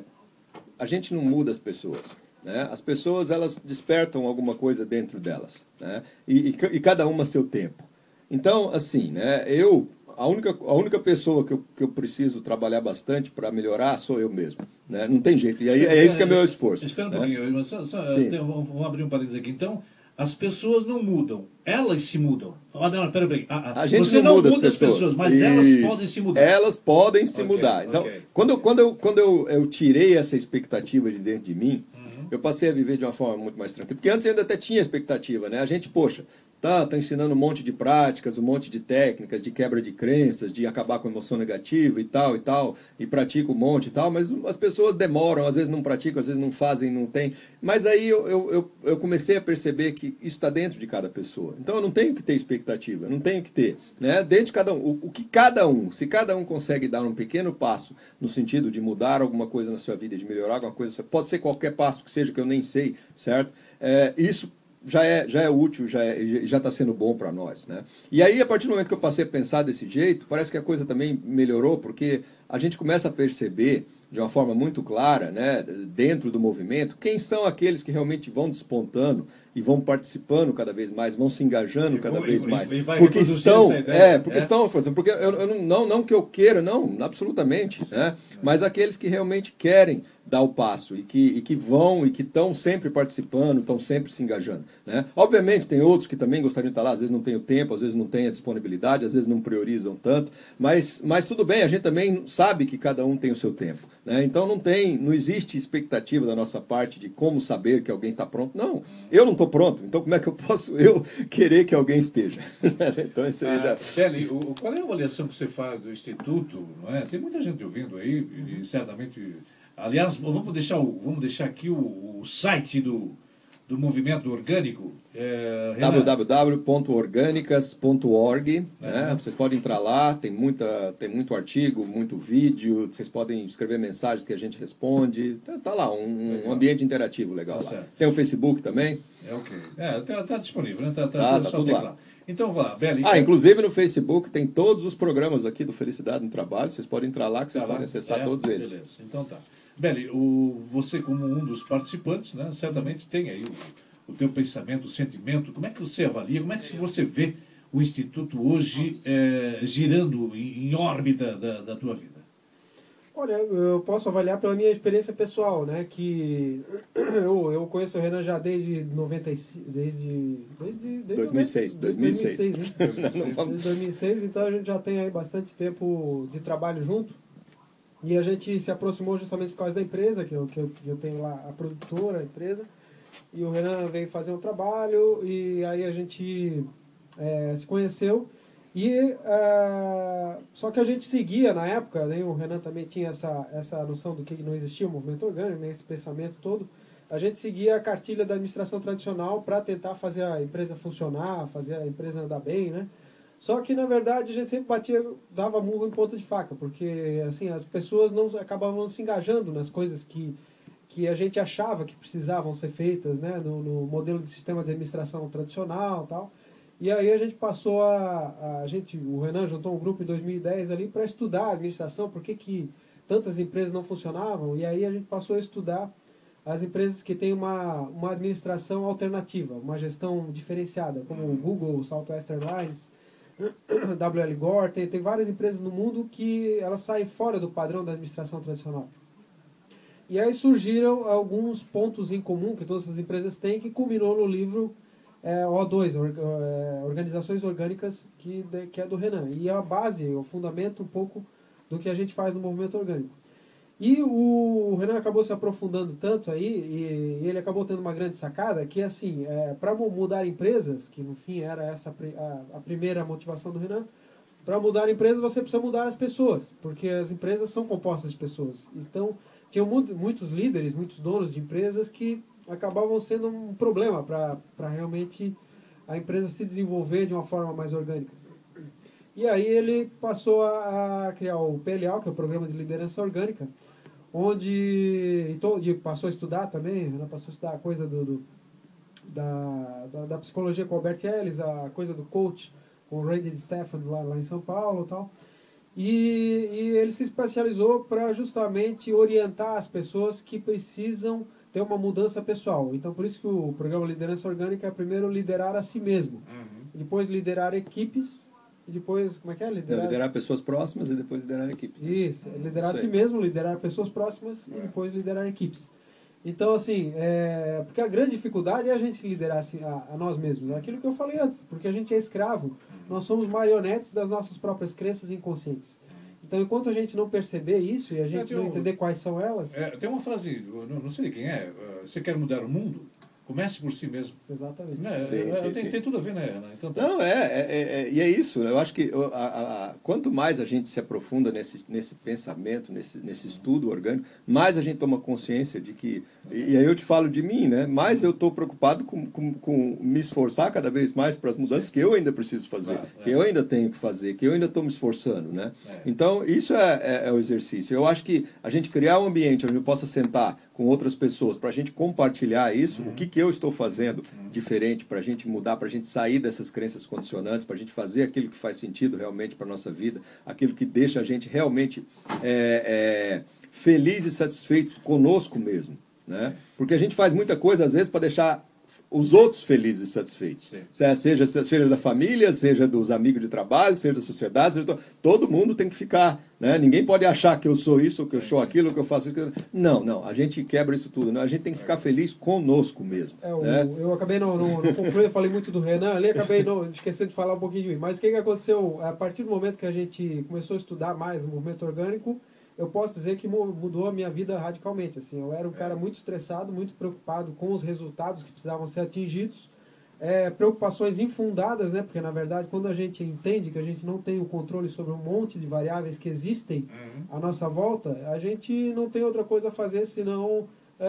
a gente não muda as pessoas. Né? As pessoas, elas despertam alguma coisa dentro delas, né? e, e, e cada uma a seu tempo. Então, assim, né, eu... A única, a única pessoa que eu, que eu preciso trabalhar bastante para melhorar sou eu mesmo. Né? Não tem jeito. E aí é isso que é meu esforço. Espera um né? pouquinho, só, só, tenho, vamos abrir um parênteses aqui. Então, as pessoas não mudam, elas se mudam. Ah, não, pera, pera, a, a gente você não muda, não muda as pessoas, as pessoas mas isso. elas podem se mudar. Elas podem se okay, mudar. Então, okay. quando, eu, quando, eu, quando eu, eu tirei essa expectativa de dentro de mim, uhum. eu passei a viver de uma forma muito mais tranquila. Porque antes eu ainda até tinha expectativa, né? A gente, poxa, tá, tá ensinando um monte de práticas, um monte de técnicas, de quebra de crenças, de acabar com a emoção negativa e tal, e tal, e pratica um monte e tal, mas as pessoas demoram, às vezes não praticam, às vezes não fazem, não tem. Mas aí eu, eu, eu, eu comecei a perceber que isso está dentro de cada pessoa. Então eu não tenho que ter expectativa, não tenho que ter. Né? Dentro de cada um, o, o que cada um, se cada um consegue dar um pequeno passo no sentido de mudar alguma coisa na sua vida, de melhorar alguma coisa, pode ser qualquer passo que seja, que eu nem sei, certo? É, isso já é, já é útil, já é, já está sendo bom para nós, né? E aí, a partir do momento que eu passei a pensar desse jeito, parece que a coisa também melhorou, porque a gente começa a perceber de uma forma muito clara, né, dentro do movimento, quem são aqueles que realmente vão despontando e vão participando cada vez mais, vão se engajando cada vão, vez e, mais. E vai porque estão, é, porque é? estão, porque eu, eu não, não que eu queira, não, absolutamente, né? Mas aqueles que realmente querem dar o passo e que, e que vão e que estão sempre participando, estão sempre se engajando, né? Obviamente tem outros que também gostariam de estar lá, às vezes não tem o tempo, às vezes não tem a disponibilidade, às vezes não priorizam tanto, mas, mas tudo bem, a gente também sabe que cada um tem o seu tempo, né? Então não tem, não existe expectativa da nossa parte de como saber que alguém está pronto. Não, eu não estou pronto, então como é que eu posso eu querer que alguém esteja? Então isso aí já... Kelly, o, qual é a avaliação que você faz do Instituto? Não é? Tem muita gente ouvindo aí, e certamente... Aliás, vamos deixar, o, vamos deixar aqui o, o site do, do movimento orgânico. É, w w w ponto orgânicas ponto org, é. né? Vocês podem entrar lá, tem, muita, tem muito artigo, muito vídeo, vocês podem escrever mensagens que a gente responde. Tá, tá lá, um, um ambiente interativo legal tá lá. Certo. Tem o Facebook também. É ok. É, tá, tá disponível, né? Tá, tá, tá, tá tudo lá. lá. Então, vá lá, Beli. Ah, inclusive no Facebook tem todos os programas aqui do Felicidade no Trabalho. Vocês podem entrar lá que vocês tá podem lá. acessar é, todos eles. Beleza, então tá. Beli, o, você como um dos participantes, né, certamente tem aí o, o teu pensamento, o sentimento. Como é que você avalia, como é que você vê o Instituto hoje é, girando em, em órbita da, da tua vida? Olha, eu posso avaliar pela minha experiência pessoal, né? Que eu, eu conheço o Renan já desde noventa e cinco, desde, desde, desde dois mil e seis, dois mil e seis, né? Desde dois mil e seis, então a gente já tem aí bastante tempo de trabalho junto. E a gente se aproximou justamente por causa da empresa, que eu, que eu, que eu tenho lá a produtora, a empresa. E o Renan veio fazer um trabalho e aí a gente é, se conheceu. E, uh, só que a gente seguia na época, né, o Renan também tinha essa, essa noção do que não existia o movimento orgânico, né, esse pensamento todo. A gente seguia a cartilha da administração tradicional para tentar fazer a empresa funcionar, fazer a empresa andar bem, né? Só que, na verdade, a gente sempre batia, dava murro em ponta de faca, porque assim, as pessoas não acabavam se engajando nas coisas que, que a gente achava que precisavam ser feitas, né, no, no modelo de sistema de administração tradicional e tal. E aí a gente passou a, a gente, o Renan juntou um grupo em dois mil e dez ali para estudar a administração, por que que tantas empresas não funcionavam, e aí a gente passou a estudar as empresas que têm uma, uma administração alternativa, uma gestão diferenciada, como o Google, Southwest Airlines, W L Gore, tem, tem várias empresas no mundo que elas saem fora do padrão da administração tradicional. E aí surgiram alguns pontos em comum que todas essas empresas têm, que culminou no livro É, O dois, or, é, Organizações Orgânicas, que, de, que é do Renan. E é a base, o fundamento um pouco do que a gente faz no movimento orgânico. E o Renan acabou se aprofundando tanto aí, e, e ele acabou tendo uma grande sacada, que assim, é, para mudar empresas, que no fim era essa a, a primeira motivação do Renan, para mudar empresas você precisa mudar as pessoas, porque as empresas são compostas de pessoas. Então, tinham muitos líderes, muitos donos de empresas que acabavam sendo um problema para realmente a empresa se desenvolver de uma forma mais orgânica. E aí ele passou a, a criar o P L A, que é o Programa de Liderança Orgânica, onde e passou a estudar também, né, passou a estudar a coisa do, do, da, da, da psicologia com o Albert Ellis, a coisa do coach com o Randy Stephan lá, lá em São Paulo e tal. E, e ele se especializou para justamente orientar as pessoas que precisam ter uma mudança pessoal. Então, por isso que o programa Liderança Orgânica é primeiro liderar a si mesmo, uhum. depois liderar equipes, e depois, como é que é? Liderar, liderar pessoas próximas e depois liderar equipes. Isso, liderar a si mesmo, liderar pessoas próximas é. e depois liderar equipes. Então, assim, é, porque a grande dificuldade é a gente liderar assim, a, a nós mesmos. É aquilo que eu falei antes, porque a gente é escravo, nós somos marionetes das nossas próprias crenças inconscientes. Então, enquanto a gente não perceber isso e a gente é, não um, entender quais são elas... É, tem uma frase, não, não sei de quem é, uh, você quer mudar o mundo? Comece por si mesmo. Exatamente. Né? Sim, é, sim, tem, sim. tem tudo a ver, né? Então, tá. Não, é, é, é, e é isso. Eu acho que a, a, a, quanto mais a gente se aprofunda nesse, nesse pensamento, nesse, nesse estudo orgânico, mais a gente toma consciência de que... E, e aí eu te falo de mim, né? Mais eu estou preocupado com, com, com me esforçar cada vez mais para as mudanças que eu ainda preciso fazer, claro, que é. eu ainda tenho que fazer, que eu ainda estou me esforçando, né? É. Então, isso é, é, é o exercício. Eu acho que a gente criar um ambiente onde eu possa sentar com outras pessoas para a gente compartilhar isso, uhum. o que, que eu estou fazendo uhum. diferente para a gente mudar, para a gente sair dessas crenças condicionantes, para a gente fazer aquilo que faz sentido realmente para a nossa vida, aquilo que deixa a gente realmente é, é, feliz e satisfeito conosco mesmo, né? Porque a gente faz muita coisa às vezes para deixar os outros felizes e satisfeitos. Sim. Seja, seja da família, seja dos amigos de trabalho, seja da sociedade, seja do... todo mundo tem que ficar, né? Ninguém pode achar que eu sou isso, que eu sou aquilo, que eu faço isso. Não, não, a gente quebra isso tudo, né? A gente tem que ficar feliz conosco mesmo. É, né? o, eu acabei não, não, não concluí, eu falei muito do Renan ali, acabei não, esquecendo de falar um pouquinho de mim. Mas o que, que aconteceu? A partir do momento que a gente começou a estudar mais o movimento orgânico, eu posso dizer que mudou a minha vida radicalmente. Assim, eu era um cara muito estressado, muito preocupado com os resultados que precisavam ser atingidos, é, preocupações infundadas, né? Porque, na verdade, quando a gente entende que a gente não tem o controle sobre um monte de variáveis que existem uhum. à nossa volta, a gente não tem outra coisa a fazer senão é,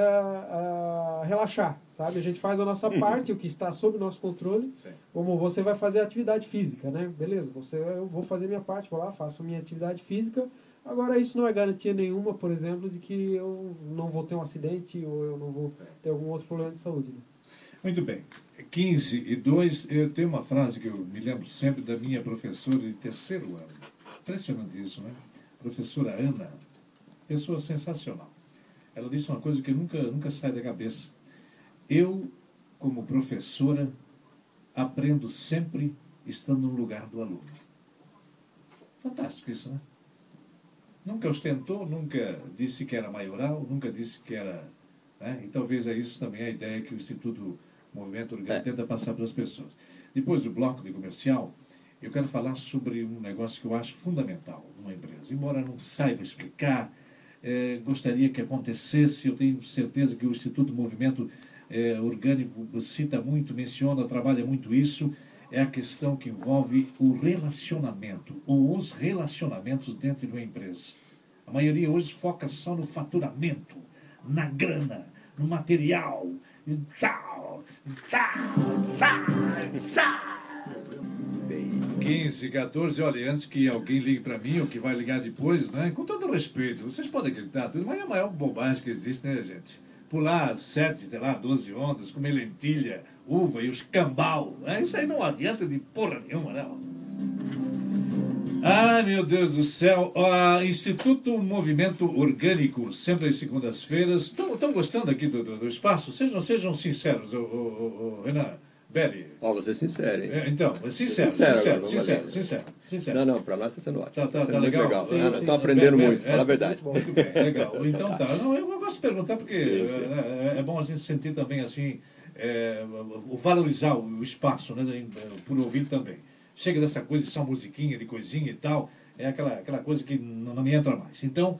é, relaxar, sabe? A gente faz a nossa uhum. parte, o que está sob nosso controle, Sim. como você vai fazer atividade física, né? Beleza, você, eu vou fazer minha parte, vou lá, faço minha atividade física. Agora, isso não é garantia nenhuma, por exemplo, de que eu não vou ter um acidente ou eu não vou ter algum outro problema de saúde. Né? Muito bem. quinze e dois, eu tenho uma frase que eu me lembro sempre da minha professora de terceiro ano. Impressionante isso, né? Professora Ana, pessoa sensacional. Ela disse uma coisa que nunca, nunca sai da cabeça. Eu, como professora, aprendo sempre estando no lugar do aluno. Fantástico isso, né? Nunca ostentou, nunca disse que era maioral, nunca disse que era... Né? E talvez é isso também a ideia que o Instituto Movimento Orgânico é. tenta passar para as pessoas. Depois do bloco de comercial, eu quero falar sobre um negócio que eu acho fundamental numa empresa. Embora não saiba explicar, eh, gostaria que acontecesse, eu tenho certeza que o Instituto Movimento eh, Orgânico cita muito, menciona, trabalha muito isso, é a questão que envolve o relacionamento, ou os relacionamentos dentro de uma empresa. A maioria hoje foca só no faturamento, na grana, no material, e tal, e tal, tal, tal. quinze, quatorze, olha, antes que alguém ligue para mim, ou que vai ligar depois, né? Com todo respeito, vocês podem acreditar, tudo, mas é a maior bobagem que existe, né, gente? Pular sete, sei lá, doze ondas, comer lentilha, uva e os cambal, né? Isso aí não adianta de porra nenhuma, né? Ai, meu Deus do céu. Ah, Instituto Movimento Orgânico, sempre às segundas-feiras. Estão gostando aqui do, do, do espaço? Sejam, sejam sinceros, o, o, o Renan. Belli. Ó, oh, você é sincero, hein? É, então, sincero, sincero, sincero, sincero, sincero, sincero. Não, não, para nós está sendo ótimo. Tá, tá, tá, sendo tá muito legal? legal. Sim, nós estamos aprendendo muito, é, falar a verdade. Muito bem, legal. Então tá. Não, eu gosto de perguntar porque sim, sim. É, é bom a gente sentir também assim, é, valorizar o espaço, né, por ouvir também. Chega dessa coisa de só musiquinha, de coisinha e tal, é aquela, aquela coisa que não, não me entra mais. Então,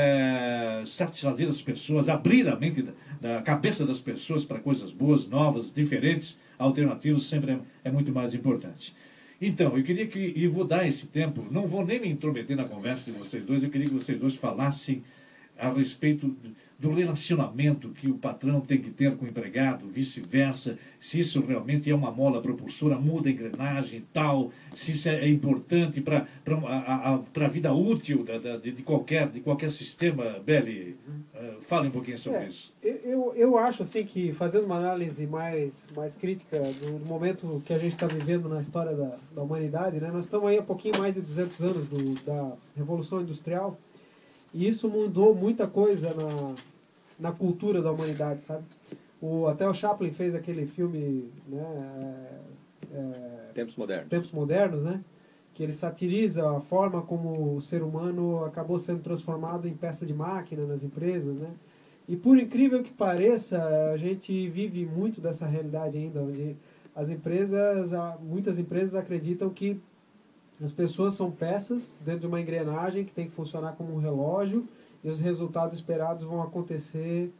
é, satisfazer as pessoas, abrir a mente da, da cabeça das pessoas para coisas boas, novas, diferentes, alternativas, sempre é, é muito mais importante. Então, eu queria que, e vou dar esse tempo, não vou nem me intrometer na conversa de vocês dois, eu queria que vocês dois falassem a respeito do relacionamento que o patrão tem que ter com o empregado, vice-versa, se isso realmente é uma mola propulsora, muda a engrenagem e tal, se isso é importante para a, a, a vida útil da, da, de, qualquer, de qualquer sistema. Belli, uh, fale um pouquinho sobre é, isso. Eu, eu acho assim que, fazendo uma análise mais, mais crítica do, do momento que a gente está vivendo na história da, da humanidade, né, nós estamos aí há pouquinho mais de duzentos anos do, da Revolução Industrial, e isso mudou muita coisa na, na cultura da humanidade, sabe? O, até o Chaplin fez aquele filme, né, é, Tempos Modernos. Tempos Modernos, né? Que ele satiriza a forma como o ser humano acabou sendo transformado em peça de máquina nas empresas, né? E por incrível que pareça, a gente vive muito dessa realidade ainda, onde as empresas, muitas empresas acreditam que as pessoas são peças dentro de uma engrenagem que tem que funcionar como um relógio e os resultados esperados vão acontecer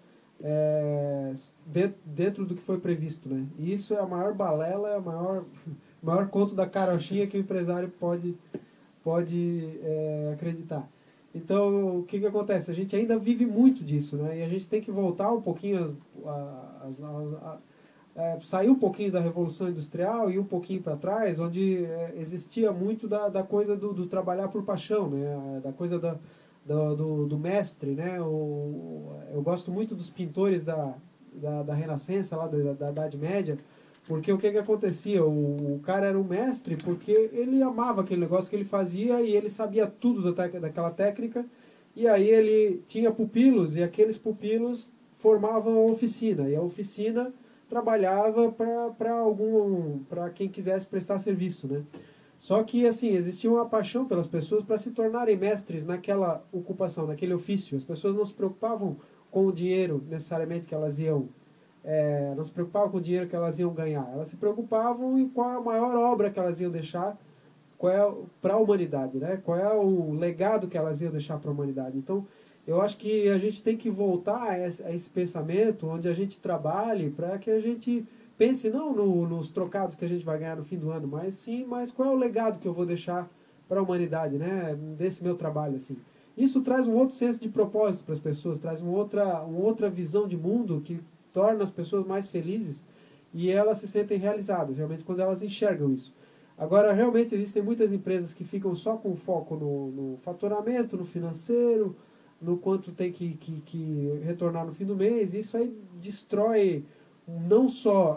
é, dentro do que foi previsto, né? E isso é a maior balela, é a maior, maior conto da carochinha que o empresário pode, pode é, acreditar. Então, o que, que acontece? A gente ainda vive muito disso, né? E a gente tem que voltar um pouquinho, a, a, a, a, sair um pouquinho da Revolução Industrial e um pouquinho para trás, onde é, existia muito da, da coisa do, do trabalhar por paixão, né? Da coisa da, do, do, do mestre, né? O, eu gosto muito dos pintores da, da, da Renascença, lá da, da Idade Média, porque o que, que acontecia? O, o cara era um mestre porque ele amava aquele negócio que ele fazia e ele sabia tudo da, daquela técnica, e aí ele tinha pupilos e aqueles pupilos formavam a oficina, e a oficina trabalhava para algum para quem quisesse prestar serviço, né? Só que assim, existia uma paixão pelas pessoas para se tornarem mestres naquela ocupação, naquele ofício. As pessoas não se preocupavam com o dinheiro necessariamente que elas iam É, não se preocupavam com o dinheiro que elas iam ganhar, elas se preocupavam em qual é a maior obra que elas iam deixar qual é para a humanidade, né? Qual é o legado que elas iam deixar para a humanidade. Então, eu acho que a gente tem que voltar a esse, a esse pensamento onde a gente trabalhe para que a gente pense não no, nos trocados que a gente vai ganhar no fim do ano, mas sim, mas qual é o legado que eu vou deixar para a humanidade, né? Desse meu trabalho, assim. Isso traz um outro senso de propósito para as pessoas, traz uma outra, uma outra visão de mundo que torna as pessoas mais felizes e elas se sentem realizadas, realmente, quando elas enxergam isso. Agora, realmente, existem muitas empresas que ficam só com foco no, no faturamento, no financeiro, no quanto tem que, que, que retornar no fim do mês, e isso aí destrói não só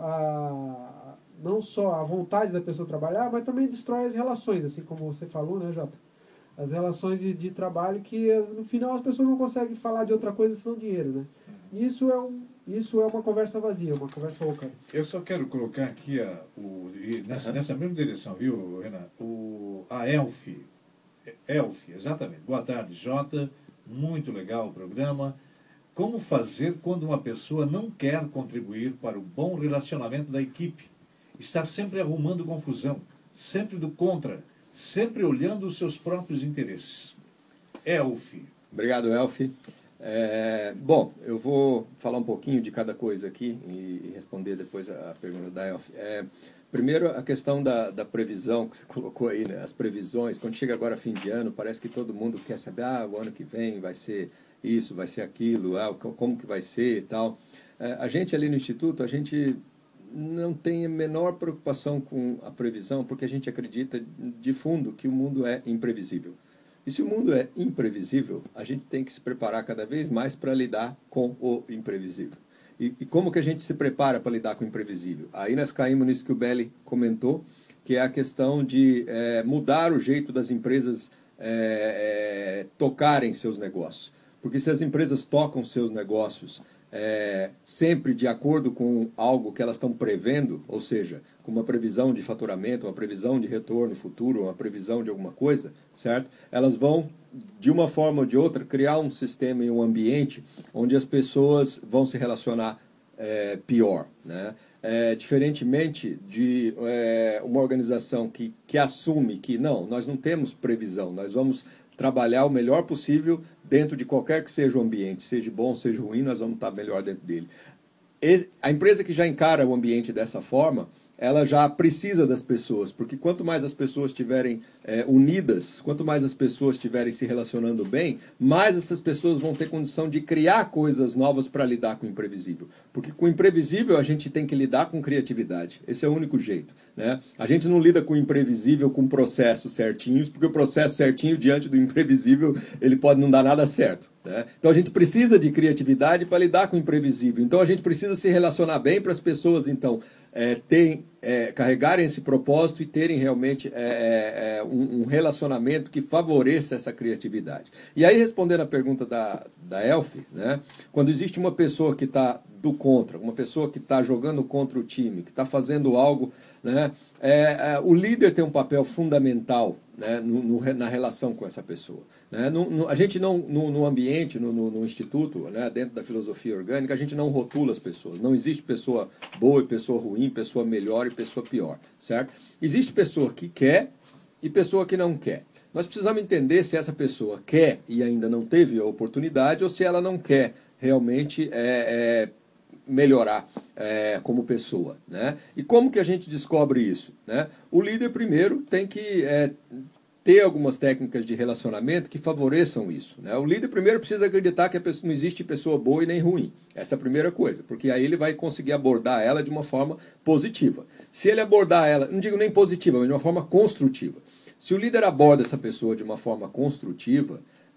a, não só a vontade da pessoa trabalhar, mas também destrói as relações, assim como você falou, né, Jota? As relações de, de trabalho que, no final, as pessoas não conseguem falar de outra coisa senão dinheiro, né? E isso é, um, isso é uma conversa vazia, uma conversa oca. Eu só quero colocar aqui a, o, nessa, nessa mesma direção, viu, Renan? O, a Elf, Elf, exatamente. Boa tarde, Jota. Muito legal o programa. Como fazer quando uma pessoa não quer contribuir para o bom relacionamento da equipe? Está sempre arrumando confusão, sempre do contra, sempre olhando os seus próprios interesses. Elf. Obrigado, Elf. É, bom, eu vou falar um pouquinho de cada coisa aqui e responder depois a pergunta da Elf. É, primeiro, a questão da, da previsão que você colocou aí, né? As previsões. Quando chega agora fim de ano, parece que todo mundo quer saber, ah, o ano que vem vai ser isso, vai ser aquilo, ah, como que vai ser e tal. É, a gente ali no Instituto, a gente não tem a menor preocupação com a previsão, porque a gente acredita de fundo que o mundo é imprevisível. E se o mundo é imprevisível, a gente tem que se preparar cada vez mais para lidar com o imprevisível. E, e como que a gente se prepara para lidar com o imprevisível? Aí nós caímos nisso que o Belli comentou, que é a questão de é, mudar o jeito das empresas é, é, tocarem seus negócios. Porque se as empresas tocam seus negócios é, sempre de acordo com algo que elas estão prevendo, ou seja, com uma previsão de faturamento, uma previsão de retorno futuro, uma previsão de alguma coisa, certo? Elas vão, de uma forma ou de outra, criar um sistema e um ambiente onde as pessoas vão se relacionar é, pior, né? É, diferentemente de é, uma organização que, que assume que, não, nós não temos previsão, nós vamos trabalhar o melhor possível dentro de qualquer que seja o ambiente, seja bom, seja ruim, nós vamos estar melhor dentro dele. E a empresa que já encara o ambiente dessa forma, ela já precisa das pessoas, porque quanto mais as pessoas estiverem é, unidas, quanto mais as pessoas estiverem se relacionando bem, mais essas pessoas vão ter condição de criar coisas novas para lidar com o imprevisível. Porque com o imprevisível a gente tem que lidar com criatividade. Esse é o único jeito, né? A gente não lida com o imprevisível com processos certinhos, porque o processo certinho diante do imprevisível ele pode não dar nada certo, né? Então a gente precisa de criatividade para lidar com o imprevisível. Então a gente precisa se relacionar bem para as pessoas, então, é, terem, é, carregarem esse propósito e terem realmente é, é, um, um relacionamento que favoreça essa criatividade. E aí, respondendo a pergunta da, da Elf, né, quando existe uma pessoa que está do contra, uma pessoa que está jogando contra o time, que está fazendo algo, né, é, é, o líder tem um papel fundamental, né, no, no, na relação com essa pessoa. Né? No, no, a gente não, no, no ambiente, no, no, no instituto, né, dentro da filosofia orgânica, a gente não rotula as pessoas. Não existe pessoa boa e pessoa ruim, pessoa melhor e pessoa pior, certo? Existe pessoa que quer e pessoa que não quer. Nós precisamos entender se essa pessoa quer e ainda não teve a oportunidade ou se ela não quer realmente é, é, melhorar é, como pessoa, né? E como que a gente descobre isso, né? O líder primeiro tem que é, ter algumas técnicas de relacionamento que favoreçam isso, né? O líder primeiro precisa acreditar que a pessoa, não existe pessoa boa e nem ruim. Essa é a primeira coisa, porque aí ele vai conseguir abordar ela de uma forma positiva. Se ele abordar ela, não digo nem positiva, mas de uma forma construtiva. Se o líder aborda essa pessoa de uma forma construtiva,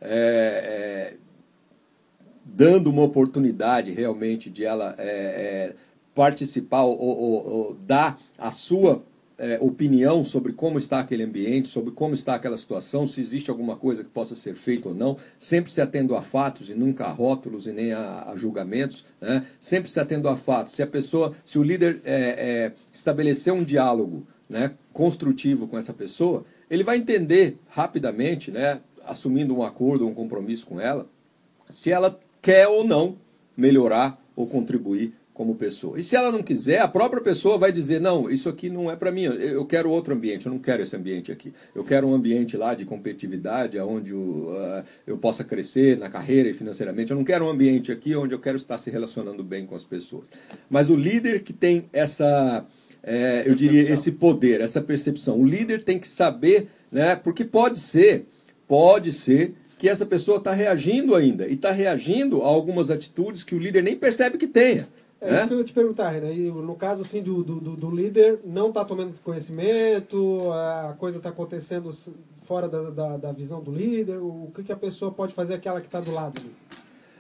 é, é, dando uma oportunidade realmente de ela é, é, participar ou, ou, ou dar a sua é, opinião sobre como está aquele ambiente, sobre como está aquela situação, se existe alguma coisa que possa ser feita ou não, sempre se atendo a fatos e nunca a rótulos e nem a, a julgamentos, né? Sempre se atendo a fatos. Se a pessoa, se o líder é, é, estabelecer um diálogo, né, construtivo com essa pessoa, ele vai entender rapidamente, né, assumindo um acordo, um compromisso com ela, se ela quer ou não melhorar ou contribuir como pessoa. E se ela não quiser, a própria pessoa vai dizer, não, isso aqui não é para mim, eu quero outro ambiente, eu não quero esse ambiente aqui. Eu quero um ambiente lá de competitividade, onde eu, uh, eu possa crescer na carreira e financeiramente. Eu não quero um ambiente aqui onde eu quero estar se relacionando bem com as pessoas. Mas o líder que tem essa, é, eu diria, esse poder, essa percepção, o líder tem que saber, né, porque pode ser, pode ser, que essa pessoa está reagindo ainda, e está reagindo a algumas atitudes que o líder nem percebe que tenha. É né? Isso que eu ia te perguntar, Renan. E no caso assim, do, do, do líder não está tomando conhecimento, a coisa está acontecendo fora da, da, da visão do líder, o que, que a pessoa pode fazer aquela que está do lado?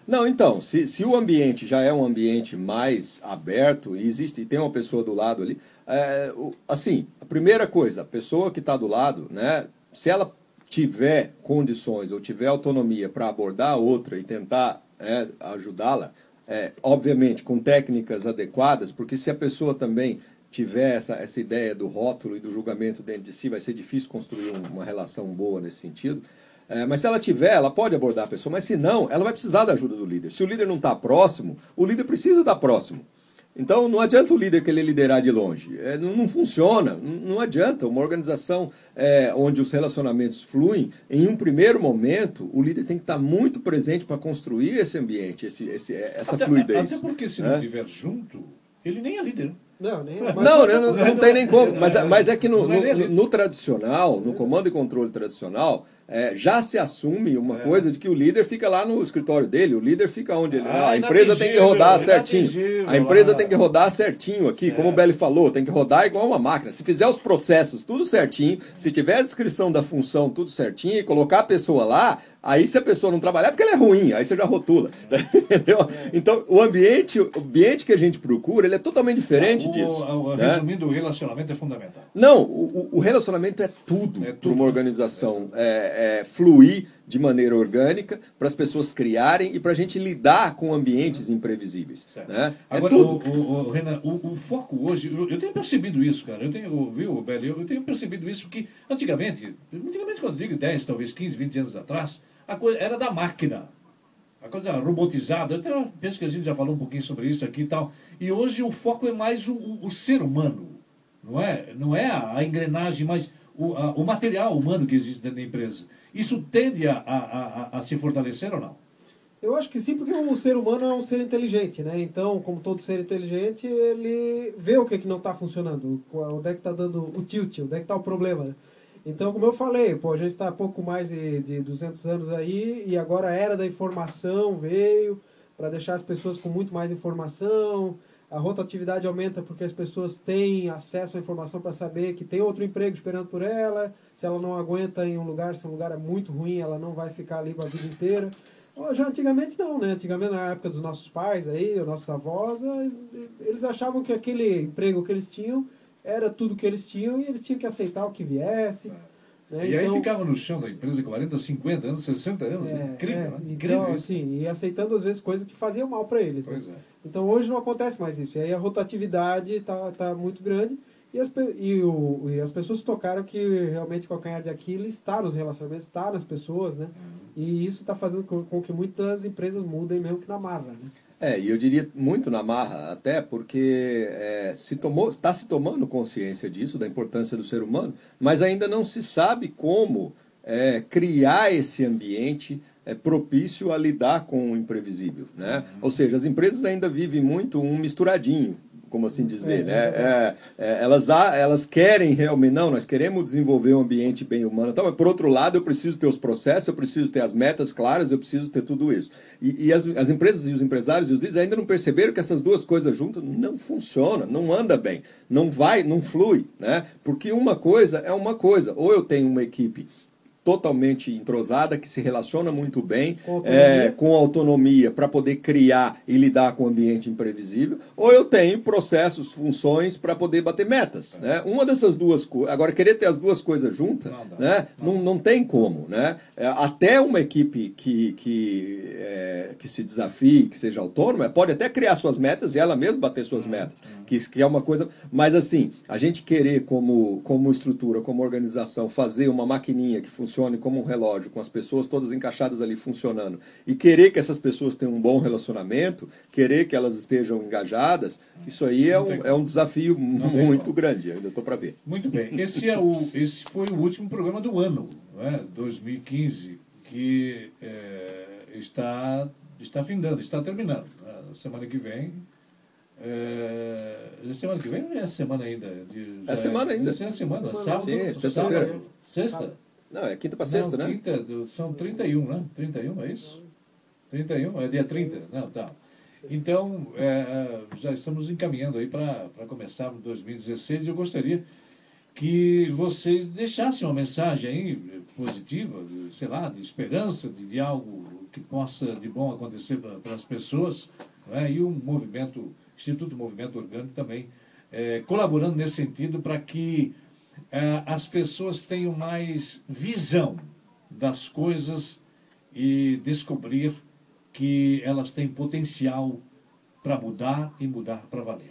Não, então, se, se o ambiente já é um ambiente mais aberto e existe e tem uma pessoa do lado ali, é, o, assim, a primeira coisa, a pessoa que está do lado, né, se ela tiver condições ou tiver autonomia para abordar a outra e tentar é, ajudá-la, é, obviamente com técnicas adequadas, porque se a pessoa também tiver essa, essa ideia do rótulo e do julgamento dentro de si, vai ser difícil construir uma relação boa nesse sentido. É, mas se ela tiver, ela pode abordar a pessoa, mas se não, ela vai precisar da ajuda do líder. Se o líder não está próximo, o líder precisa estar próximo. Então não adianta o líder querer liderar de longe. É, não, não funciona, não, não adianta. Uma organização é, onde os relacionamentos fluem, em um primeiro momento, o líder tem que estar muito presente para construir esse ambiente, esse, esse, essa até, fluidez. Até porque se não é? estiver junto, ele nem é líder. Não, nem, mas, não, não, não, não tem nem como. Mas, mas é que no, no, no, no tradicional, no comando e controle tradicional, é, já se assume uma é. coisa de que o líder fica lá no escritório dele, o líder fica onde ele... Ah, a empresa tem que rodar certinho. A empresa lá. tem que rodar certinho aqui, certo. Como o Belli falou, tem que rodar igual uma máquina. Se fizer os processos tudo certinho, se tiver a descrição da função tudo certinho e colocar a pessoa lá, aí se a pessoa não trabalhar, é porque ela é ruim, aí você já rotula. Entendeu? É. Então, o ambiente, o ambiente que a gente procura, ele é totalmente diferente o, disso. O, né? Resumindo, o relacionamento é fundamental. Não, o, o relacionamento é tudo, é tudo para uma organização é, é, fluir de maneira orgânica, para as pessoas criarem e para a gente lidar com ambientes imprevisíveis. Né? Agora, é tudo. O, o, o, Renan, o, o foco hoje, eu, eu tenho percebido isso, cara, eu tenho, viu, Belli, eu tenho percebido isso, que antigamente, antigamente quando eu digo dez, talvez quinze, vinte anos atrás, a coisa era da máquina. A coisa robotizada, eu até penso que a gente já falou um pouquinho sobre isso aqui e tal. E hoje o foco é mais o, o, o ser humano, não é, não é a, a engrenagem, mas o, a, o material humano que existe dentro da empresa. Isso tende a, a, a, a se fortalecer ou não? Eu acho que sim, porque o ser humano é um ser inteligente, né? Então, como todo ser inteligente, ele vê o que, é que não está funcionando, onde é que está dando o tilt, onde é que está o problema, né? Então, como eu falei, pô, a gente está há pouco mais de, de duzentos anos aí, e agora a era da informação veio para deixar as pessoas com muito mais informação, a rotatividade aumenta porque as pessoas têm acesso à informação para saber que tem outro emprego esperando por ela, se ela não aguenta em um lugar, se um lugar é muito ruim, ela não vai ficar ali a vida inteira. Já antigamente não, né? Antigamente, na época dos nossos pais aí, os nossos avós, eles achavam que aquele emprego que eles tinham era tudo que eles tinham e eles tinham que aceitar o que viesse. É. Né? E então, aí ficava no chão da empresa quarenta, cinquenta anos, sessenta anos. É, incrível, é, né? Incrível então, isso. Assim, e aceitando às vezes coisas que faziam mal para eles. Pois né? é. Então hoje não acontece mais isso. E aí a rotatividade está tá muito grande e as, e, o, e as pessoas tocaram que realmente o calcanhar de Aquiles está nos relacionamentos, está nas pessoas, né? Uhum. E isso está fazendo com, com que muitas empresas mudem mesmo que na marra, né? É, e eu diria muito na marra, até porque é, se tomou, está se tomando consciência disso, da importância do ser humano, mas ainda não se sabe como é, criar esse ambiente é, propício a lidar com o imprevisível. Né? Uhum. Ou seja, as empresas ainda vivem muito um misturadinho, como assim dizer, é, né? É, é, elas, elas querem realmente, não, nós queremos desenvolver um ambiente bem humano, então, mas por outro lado eu preciso ter os processos, eu preciso ter as metas claras, eu preciso ter tudo isso. E, e as, as empresas e os empresários e os líderes ainda não perceberam que essas duas coisas juntas não funcionam, não anda bem, não vai, não flui, né? Porque uma coisa é uma coisa, ou eu tenho uma equipe totalmente entrosada, que se relaciona muito bem, com autonomia, é, com autonomia para poder criar e lidar com o ambiente imprevisível, ou eu tenho processos, funções para poder bater metas. É. Né? Uma dessas duas coisas, agora querer ter as duas coisas juntas, não, né? não. Não, não tem como. Né? É, até uma equipe que, que, é, que se desafie, que seja autônoma, pode até criar suas metas e ela mesma bater suas hum, metas, hum. Que, que é uma coisa... Mas assim, a gente querer como, como estrutura, como organização, fazer uma maquininha que funcione funcione como um relógio, com as pessoas todas encaixadas ali funcionando, e querer que essas pessoas tenham um bom relacionamento, querer que elas estejam engajadas, isso aí é um, é um desafio muito grande, ainda estou para ver. Muito bem. Esse, é o, esse foi o último programa do ano, né? dois mil e quinze, que é, está, está findando, está terminando. Né? Semana que vem... É, semana que vem é a semana ainda? De, é semana ainda. É a semana, sábado, Sim, sexta-feira. Sexta? Não, é quinta para sexta, não, né? Quinta, são trinta e um, né? trinta e um, é isso? trinta e um? É dia trinta? Não, tá. Então, é, já estamos encaminhando aí para começar dois mil e dezesseis e eu gostaria que vocês deixassem uma mensagem aí positiva, sei lá, de esperança, de, de algo que possa de bom acontecer para as pessoas, não é? E o movimento, Instituto Movimento Orgânico também é, colaborando nesse sentido para que é, as pessoas tenham mais visão das coisas e descobrir que elas têm potencial para mudar e mudar para valer.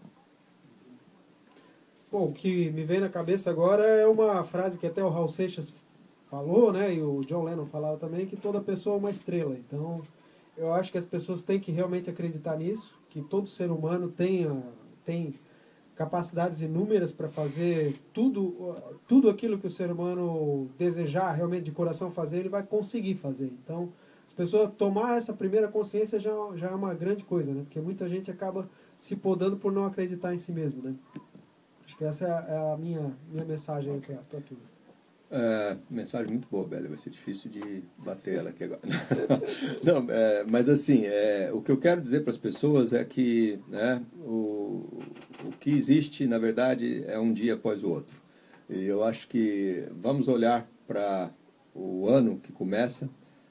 Bom, o que me vem na cabeça agora é uma frase que até o Raul Seixas falou, né, e o John Lennon falava também, que toda pessoa é uma estrela. Então, eu acho que as pessoas têm que realmente acreditar nisso, que todo ser humano tenha, tem capacidades inúmeras para fazer tudo, tudo aquilo que o ser humano desejar realmente de coração fazer, ele vai conseguir fazer. Então, as pessoas tomar essa primeira consciência já, já é uma grande coisa, né? Porque muita gente acaba se podando por não acreditar em si mesmo, né? Acho que essa é a minha, minha mensagem aí para tudo. É, mensagem muito boa, Bélia. Vai ser difícil de bater ela aqui agora. Não, é, mas assim, é, o que eu quero dizer para as pessoas é que, né, o, o que existe, na verdade, é um dia após o outro. E eu acho que vamos olhar para o ano que começa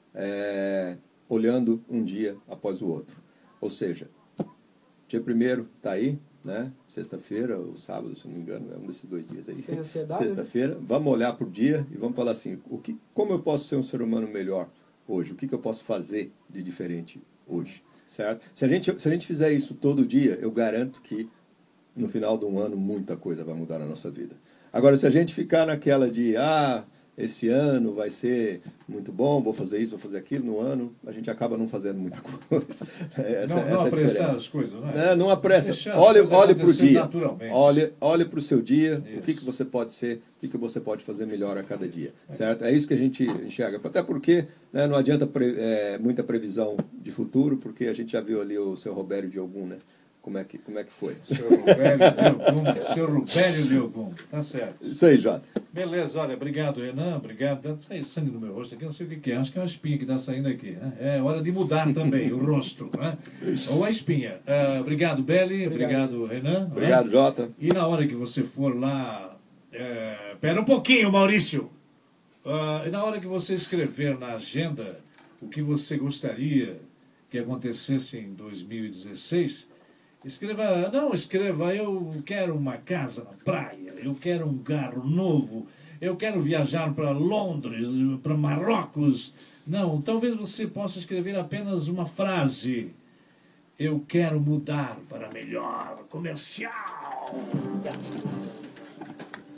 é, olhando um dia após o outro. Ou seja, dia primeiro está aí, né? Sexta-feira ou sábado, se não me engano, é um desses dois dias aí. Sem ansiedade. Sexta-feira, vamos olhar por dia e vamos falar assim, o que, como eu posso ser um ser humano melhor hoje? O que, que eu posso fazer de diferente hoje? Certo? Se a gente, se a gente fizer isso todo dia, eu garanto que no final de um ano muita coisa vai mudar na nossa vida. Agora, se a gente ficar naquela de, ah, esse ano vai ser muito bom, vou fazer isso, vou fazer aquilo, no ano a gente acaba não fazendo muita coisa. Essa, não não essa apressar diferença. as coisas, não é? Não, não apressa. Deixar Olhe, as olhe para o dia. naturalmente. Olhe, olhe para o seu dia, Isso. o que, que você pode ser, o que, que você pode fazer melhor a cada dia. Certo? É isso que a gente enxerga. Até porque, né, não adianta pre, é, muita previsão de futuro, porque a gente já viu ali o seu Robério Diogun, né? Como é que, como é que foi? Senhor Rubélio Diogun, senhor Rubélio Diogun, tá certo. Isso aí, Jota. Beleza, olha, obrigado, Renan, obrigado. Tá saindo sangue no meu rosto aqui, não sei o que, que é, acho que é uma espinha que está saindo aqui, né? É hora de mudar também o rosto, né? Ou a espinha. Uh, obrigado, Beli, obrigado, obrigado Renan. Obrigado, né? Jota. E na hora que você for lá, é, pera um pouquinho, Maurício. Uh, e na hora que você escrever na agenda o que você gostaria que acontecesse em dois mil e dezesseis, escreva, não, escreva, eu quero uma casa na praia, eu quero um carro novo, eu quero viajar para Londres, para Marrocos. Não, talvez você possa escrever apenas uma frase. Eu quero mudar para melhor. Comercial.